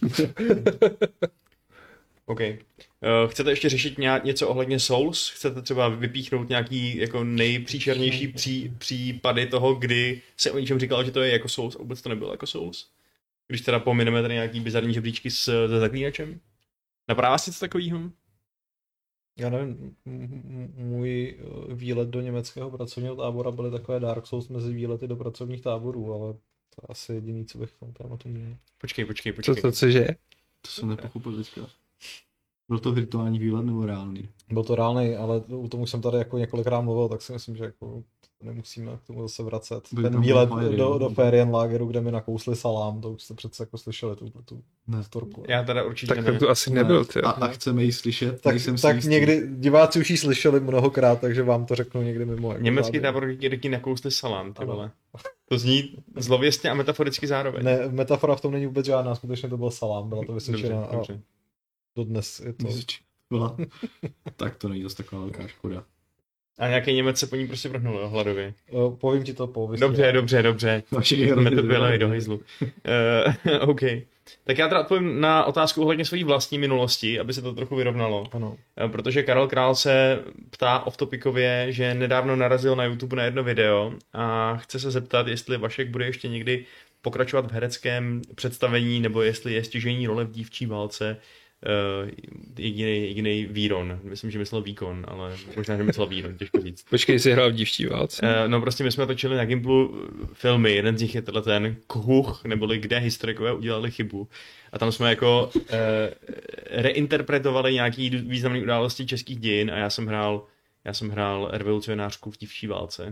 OK. Chcete ještě řešit něco ohledně Souls? Chcete třeba vypíchnout nějaký jako nejpříšernější případy toho, kdy se o něčem říkalo, že to je jako Souls a vůbec to nebylo jako Souls? Když teda pomineme tady nějaký bizarní žebříčky se Zaklínačem? Napadá vás něco takovýho? Já nevím, můj výlet do německého pracovního tábora byly takové Dark Souls mezi výlety do pracovních táborů, ale to je asi jediný, co bych v tom tématu měl. Počkej. Cože? To jsem nepochopil teďka. Byl to virtuální výlet nebo reálný? Byl to reálný, ale o tom už jsem tady jako několikrát mluvil, tak si myslím, že jako nemusíme k tomu zase vracet. Ten výlet do Ferienlageru, kde mi nakousli salám, to už jste přece jako slyšeli tu storku. Já teda určitě tak to asi nebyl. A chceme ji slyšet? Tak někdy diváci už ji slyšeli mnohokrát, takže vám to řeknu někdy mimo. Jako německý tábor, kde ti nakousli salám, ty vole. To zní zlověstně a metaforicky zároveň. Ne, metafora v tom není vůbec žádná, skutečně to byl salám, byla to Vysočina. Dobře. Dodnes je to... Tak to není dost taková velká škoda. A nějaký Němec se po ní prostě vrhnul, jo, hladově. Povím ti to po Dobře. Jsme to byli do hejzlu. OK. Tak já teda odpovím na otázku ohledně své vlastní minulosti, aby se to trochu vyrovnalo. Ano. Protože Karel Král se ptá off-topicově, že nedávno narazil na YouTube na jedno video a chce se zeptat, jestli Vašek bude ještě někdy pokračovat v hereckém představení, nebo jestli je stěžejní role v Dívčí válce jediný výron. Myslím, že myslel výkon, ale možná, že myslel výron, těžko říct. Počkej, jsi hrál v Dívčí válce? No prostě my jsme točili na Gimplu filmy, jeden z nich je ten Kuch, neboli Kde historikové udělali chybu. A tam jsme jako reinterpretovali nějaký významné události českých dějin a já jsem hrál revolucionářku v Dívčí válce.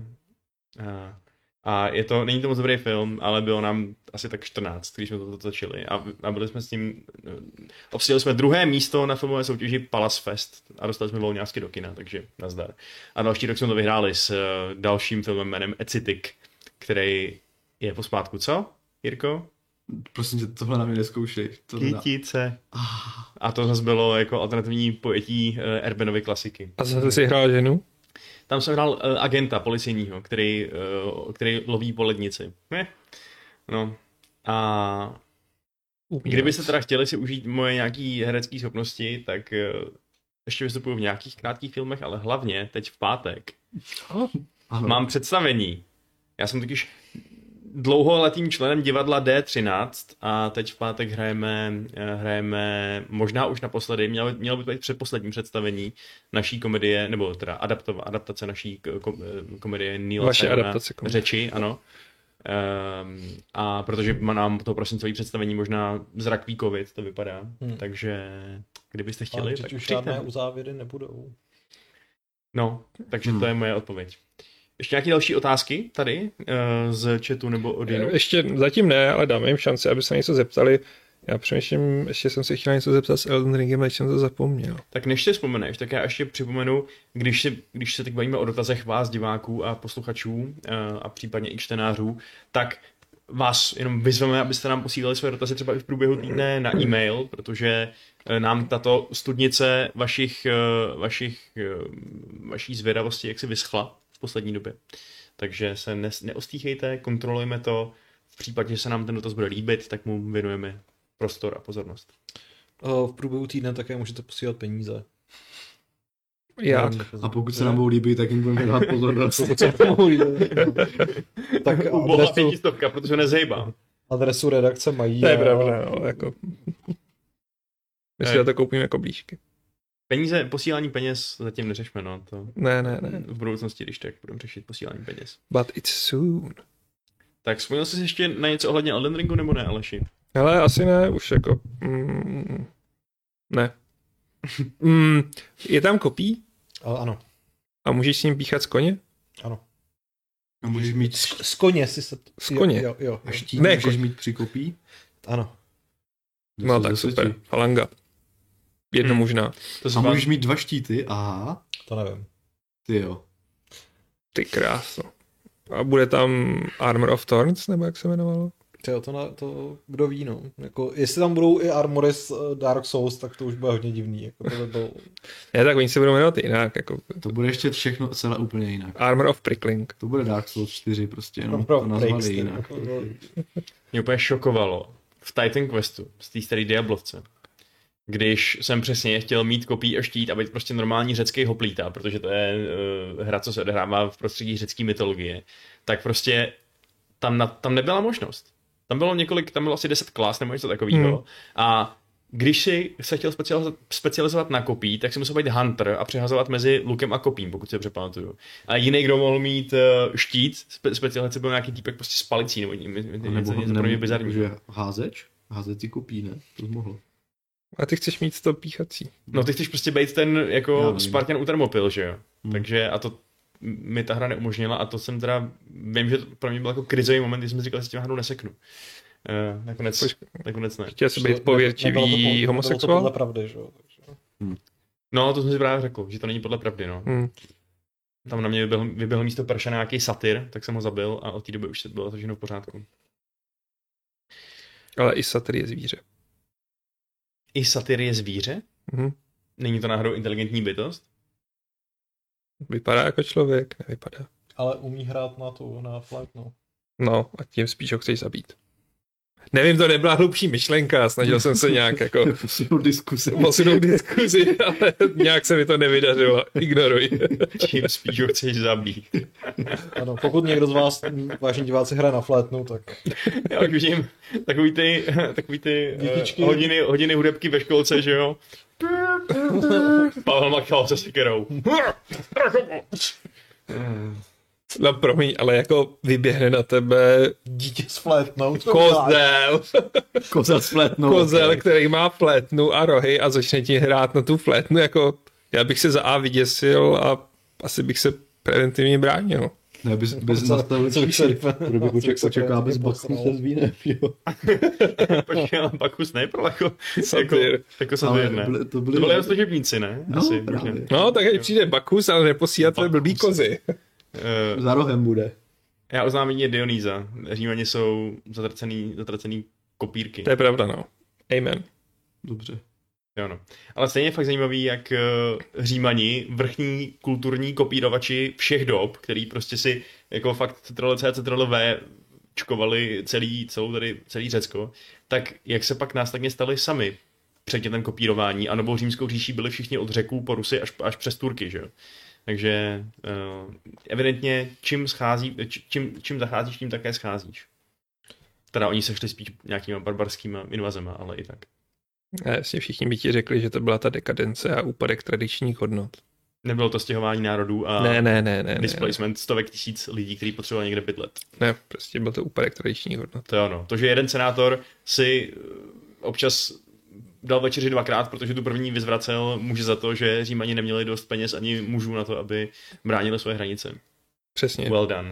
A není to moc dobrý film, ale bylo nám asi tak 14, když jsme to točili. A byli jsme s tím, obsadili jsme 2. místo na filmové soutěži Palace Fest a dostali jsme volňásky do kina, takže nazdar. A další rok jsme to vyhráli s dalším filmem jménem Ecitik, který je pospátku, co, Jirko? Prosím tě, tohle na mě neskoušej. Kytice. A to zase bylo jako alternativní pojetí Erbenovy klasiky. A zase jsi hrál ženu? Tam jsem hrál agenta policejního, který loví po lednici. No. A kdybyste teda chtěli si užít moje nějaký herecké schopnosti, tak ještě vystupuju v nějakých krátkých filmech, ale hlavně teď v pátek mám představení. Já jsem totiž dlouholetým členem divadla D13 a teď v pátek hrajeme možná už naposledy, mělo by to být předposlední představení naší komedie, nebo teda adaptace naší komedie Neila Simona Řeči, ano. A protože nám to prosincové představení možná zrakví covid, to vypadá, takže kdybyste chtěli, tak už žádné uzávěry nebudou. No, takže to je moje odpověď. Ještě nějaké další otázky tady z chatu nebo od jinou? Ještě zatím ne, ale dáme jim šanci, aby se něco zeptali. Já přemýšlím, ještě jsem se chtěl něco zeptat s Elden Ringem, ale jsem to zapomněl. Tak než si vzpomeneš, tak já ještě připomenu, když se teď bavíme o dotazech vás, diváků a posluchačů a případně i čtenářů, tak vás jenom vyzveme, abyste nám posílali své dotazy třeba i v průběhu týdne na e-mail, protože nám tato studnice vaší zvědavosti jaksi vyschla v poslední době. Takže se neostýchejte, kontrolujeme to. V případě, že se nám ten dotaz bude líbit, tak mu věnujeme prostor a pozornost. V průběhu týdne také můžete posílat peníze. Jak? A pokud se nám budou líbit, tak jim budeme dát pozornost. Tak Boha 500, protože nezhejbá. Adresu redakce mají. To je pravda, no, jako. My si to koupíme jako blížky. Posílání peněz zatím neřešme, no. To ne. V budoucnosti, když tak budeme řešit posílání peněz. But it's soon. Tak vzpomněl jsi ještě na něco ohledně Elden Ringu, nebo ne, Aleši? Ale asi ne, už jako... ne. Je tam kopí? Ano. A můžeš s ním píchat z koně? Ano. A můžeš mít... Z koně si se... Z koně? Jo. A štít ne, můžeš mít při kopí? Ano. No tak super. Falanga. Jedno možná. A můžeš mít 2 štíty? Aha. To nevím. Ty jo. Ty krásno. A bude tam Armor of Thorns, nebo jak se jmenovalo? To kdo ví, no. Jako, jestli tam budou i armory z Dark Souls, tak to už bude hodně divný. Jako, to by bylo... Ne, tak oni se budou jmenovat jinak. Jako... To bude ještě všechno celé úplně jinak. Armor of Prickling. To bude Dark Souls 4 prostě, jenom to nazvali jinak. Mě úplně šokovalo v Titan Questu, z té staré Diablovce, když jsem přesně chtěl mít kopí a štít a být prostě normální řecký hoplíta, protože to je hra, co se odehrává v prostředí řecké mytologie, tak prostě tam nebyla možnost. Tam bylo asi 10 klas nebo něco takového. A když si se chtěl specializovat na kopí, tak si musel být hunter a přehazovat mezi lukem a kopím, pokud se přepamatuju. A jiný, kdo mohl mít štít, specializace byl nějaký týpek prostě s palicí nebo něco pro mě bizarní. Házet si kopí, ne? To mohlo. A ty chceš mít to píchací. No ty chceš prostě být ten jako Spartan u Thermopyl, že jo? Takže a to mi ta hra neumožnila a to jsem teda, vím, že to pro mě byl jako krizový moment, kdy jsem si říkal, že s tím hru neseknu. Nakonec ne. Chtěl jsi být pověrčivý homosexuál? Nebylo to podle pravdy, že jo? No, to jsem si právě řekl, že to není podle pravdy, no. Tam na mě vyběhl místo prša nějaký satyr, tak jsem ho zabil a od té doby už se bylo všechno v pořádku. Ale i satyr je zvíře. I satyr je zvíře? Není to náhodou inteligentní bytost? Vypadá jako člověk, nevypadá. Ale umí hrát na flétnu. No a tím spíš ho chceš zabít. Nevím, to nebyla hlubší myšlenka, snažil jsem se nějak jako posunout diskuzi, ale nějak se mi to nevydařilo. Ignoruj. Čím spíš ho chceš zabít. Ano, pokud někdo z vás, vážení diváci, hraje na flétnu, tak... Já už vidím takový ty hodiny hudebky ve školce, že jo? Pavel Makal se sekerou. No promiň, ale jako vyběhne na tebe Dítě s flétnou. kozel. Kozel s flétnou. Kozel, který má flétnu a rohy a začne ti hrát na tu flétnu, jako já bych se za A vyděsil a asi bych se preventivně bránil. Ne, bez nastavili očekává bez Bachus se zvíne, jo. Počkej, ale Bachus nejprve jako Satyr. satyr, ne? To byli jeho služebníci, ne? No, Asi, právě. možná. No, tak ať přijde Bacchus, ale neposílá tvé blbý kozy. Za rohem bude. Já oznámení je Dionýza. Římani jsou zatracený kopírky. To je pravda, no. Amen. Dobře. Jo, no. Ale stejně je fakt zajímavý, jak Římani, vrchní kulturní kopírovači všech dob, který prostě si jako fakt Ctrl-V čkovali celý Řecko, tak jak se pak následně stali sami předmětem kopírování a Novou římskou říší byli všichni od Řeků po Rusy až přes Turky, že jo. Takže evidentně čím zacházíš, tím také scházíš. Teda oni se šli spíš nějakýma barbarskýma invazema, ale i tak. A jasně všichni by ti řekli, že to byla ta dekadence a úpadek tradičních hodnot. Nebylo to stěhování národů a Ne. displacement stovek tisíc lidí, kteří potřebovali někde bydlet. Ne, prostě byl to úpadek tradičních hodnot. To je ono. To, že jeden senátor si občas dal večeři dvakrát, protože tu první vyzvracel, může za to, že Římani neměli dost peněz ani mužů na to, aby bránili svoje hranice. Přesně. Well done.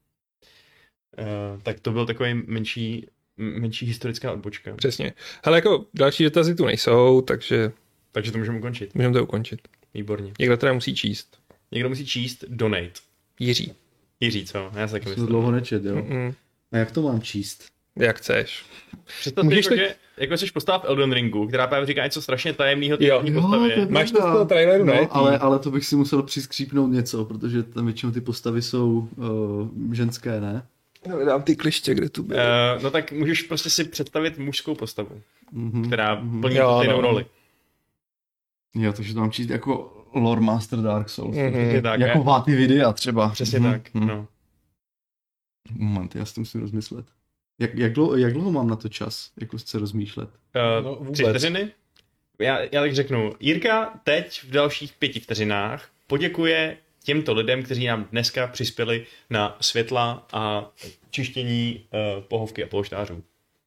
Tak to byl takový menší historická odbočka. Přesně. Ale jako další dotazy tu nejsou, takže Takže to můžeme ukončit. můžeme to ukončit. Výborně. Někdo teda musí číst. Někdo musí číst donate. Jiří. Jiří, co? Já se taky To myslím. dlouho nečet, jo. Mm-mm. A jak to mám číst? Jak chceš. Představ si, Můžeš jako, že jako jsi postava v Elden Ringu, která právě říká něco strašně tajemného té Jo. hlavní postavě. Máš to z toho traileru, ne? No, ale to bych si musel přiskřípnout něco, protože tam většinou ty postavy jsou ženské, ne? Dám ty kliště, kde tu byly. No tak můžeš prostě si představit mužskou postavu, Mm-hmm. která plní Jo, stejnou no. roli. Jo, takže to mám číst jako Lore Master Dark Souls. Je tak, Jako ne? Váty videa třeba. Přesně tak, no. Moment, já si to musím rozmyslet. Jak dlouho mám na to čas, jako se rozmýšlet? No, 3 vůbec. vteřiny? Já tak řeknu, Jirka teď v dalších 5 vteřinách poděkuje těmto lidem, kteří nám dneska přispěli na světla a čištění pohovky a polštářů.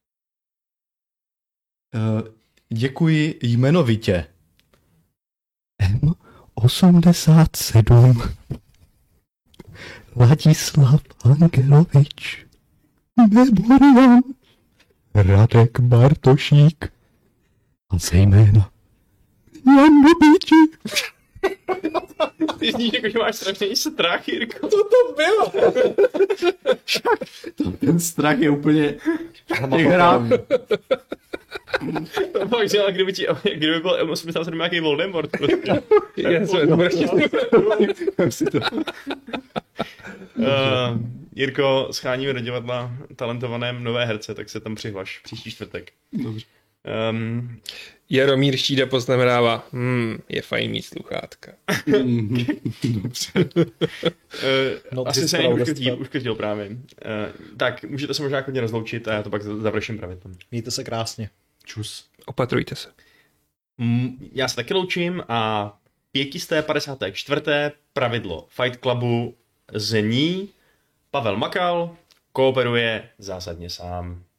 Děkuji jmenovitě. M87 Ladislav Angelovič Neborian Radek Bartošík a zejména Jan Dobíči. Ty zníš jako, že máš strašný strach, Jirko. Co to bylo? Ten strach je úplně těch hrát. To fakt, že ale kdyby byl M87 nějaký Voldemort. Prostě. Jirko, scháníme do divadla talentovaném nové herce, tak se tam přihlaš příští čtvrtek. Dobře. Jaromír Štída poznamenává, je fajn mít sluchátka. Dobře. Asi se uškrtil právě. Tak, můžete se možná klidně rozloučit a já to pak završím pravidlem. Mějte se krásně. Čus. Opatrujte se. Já se taky loučím a 554. pravidlo Fight Clubu zní: Pavel Makal kooperuje zásadně sám.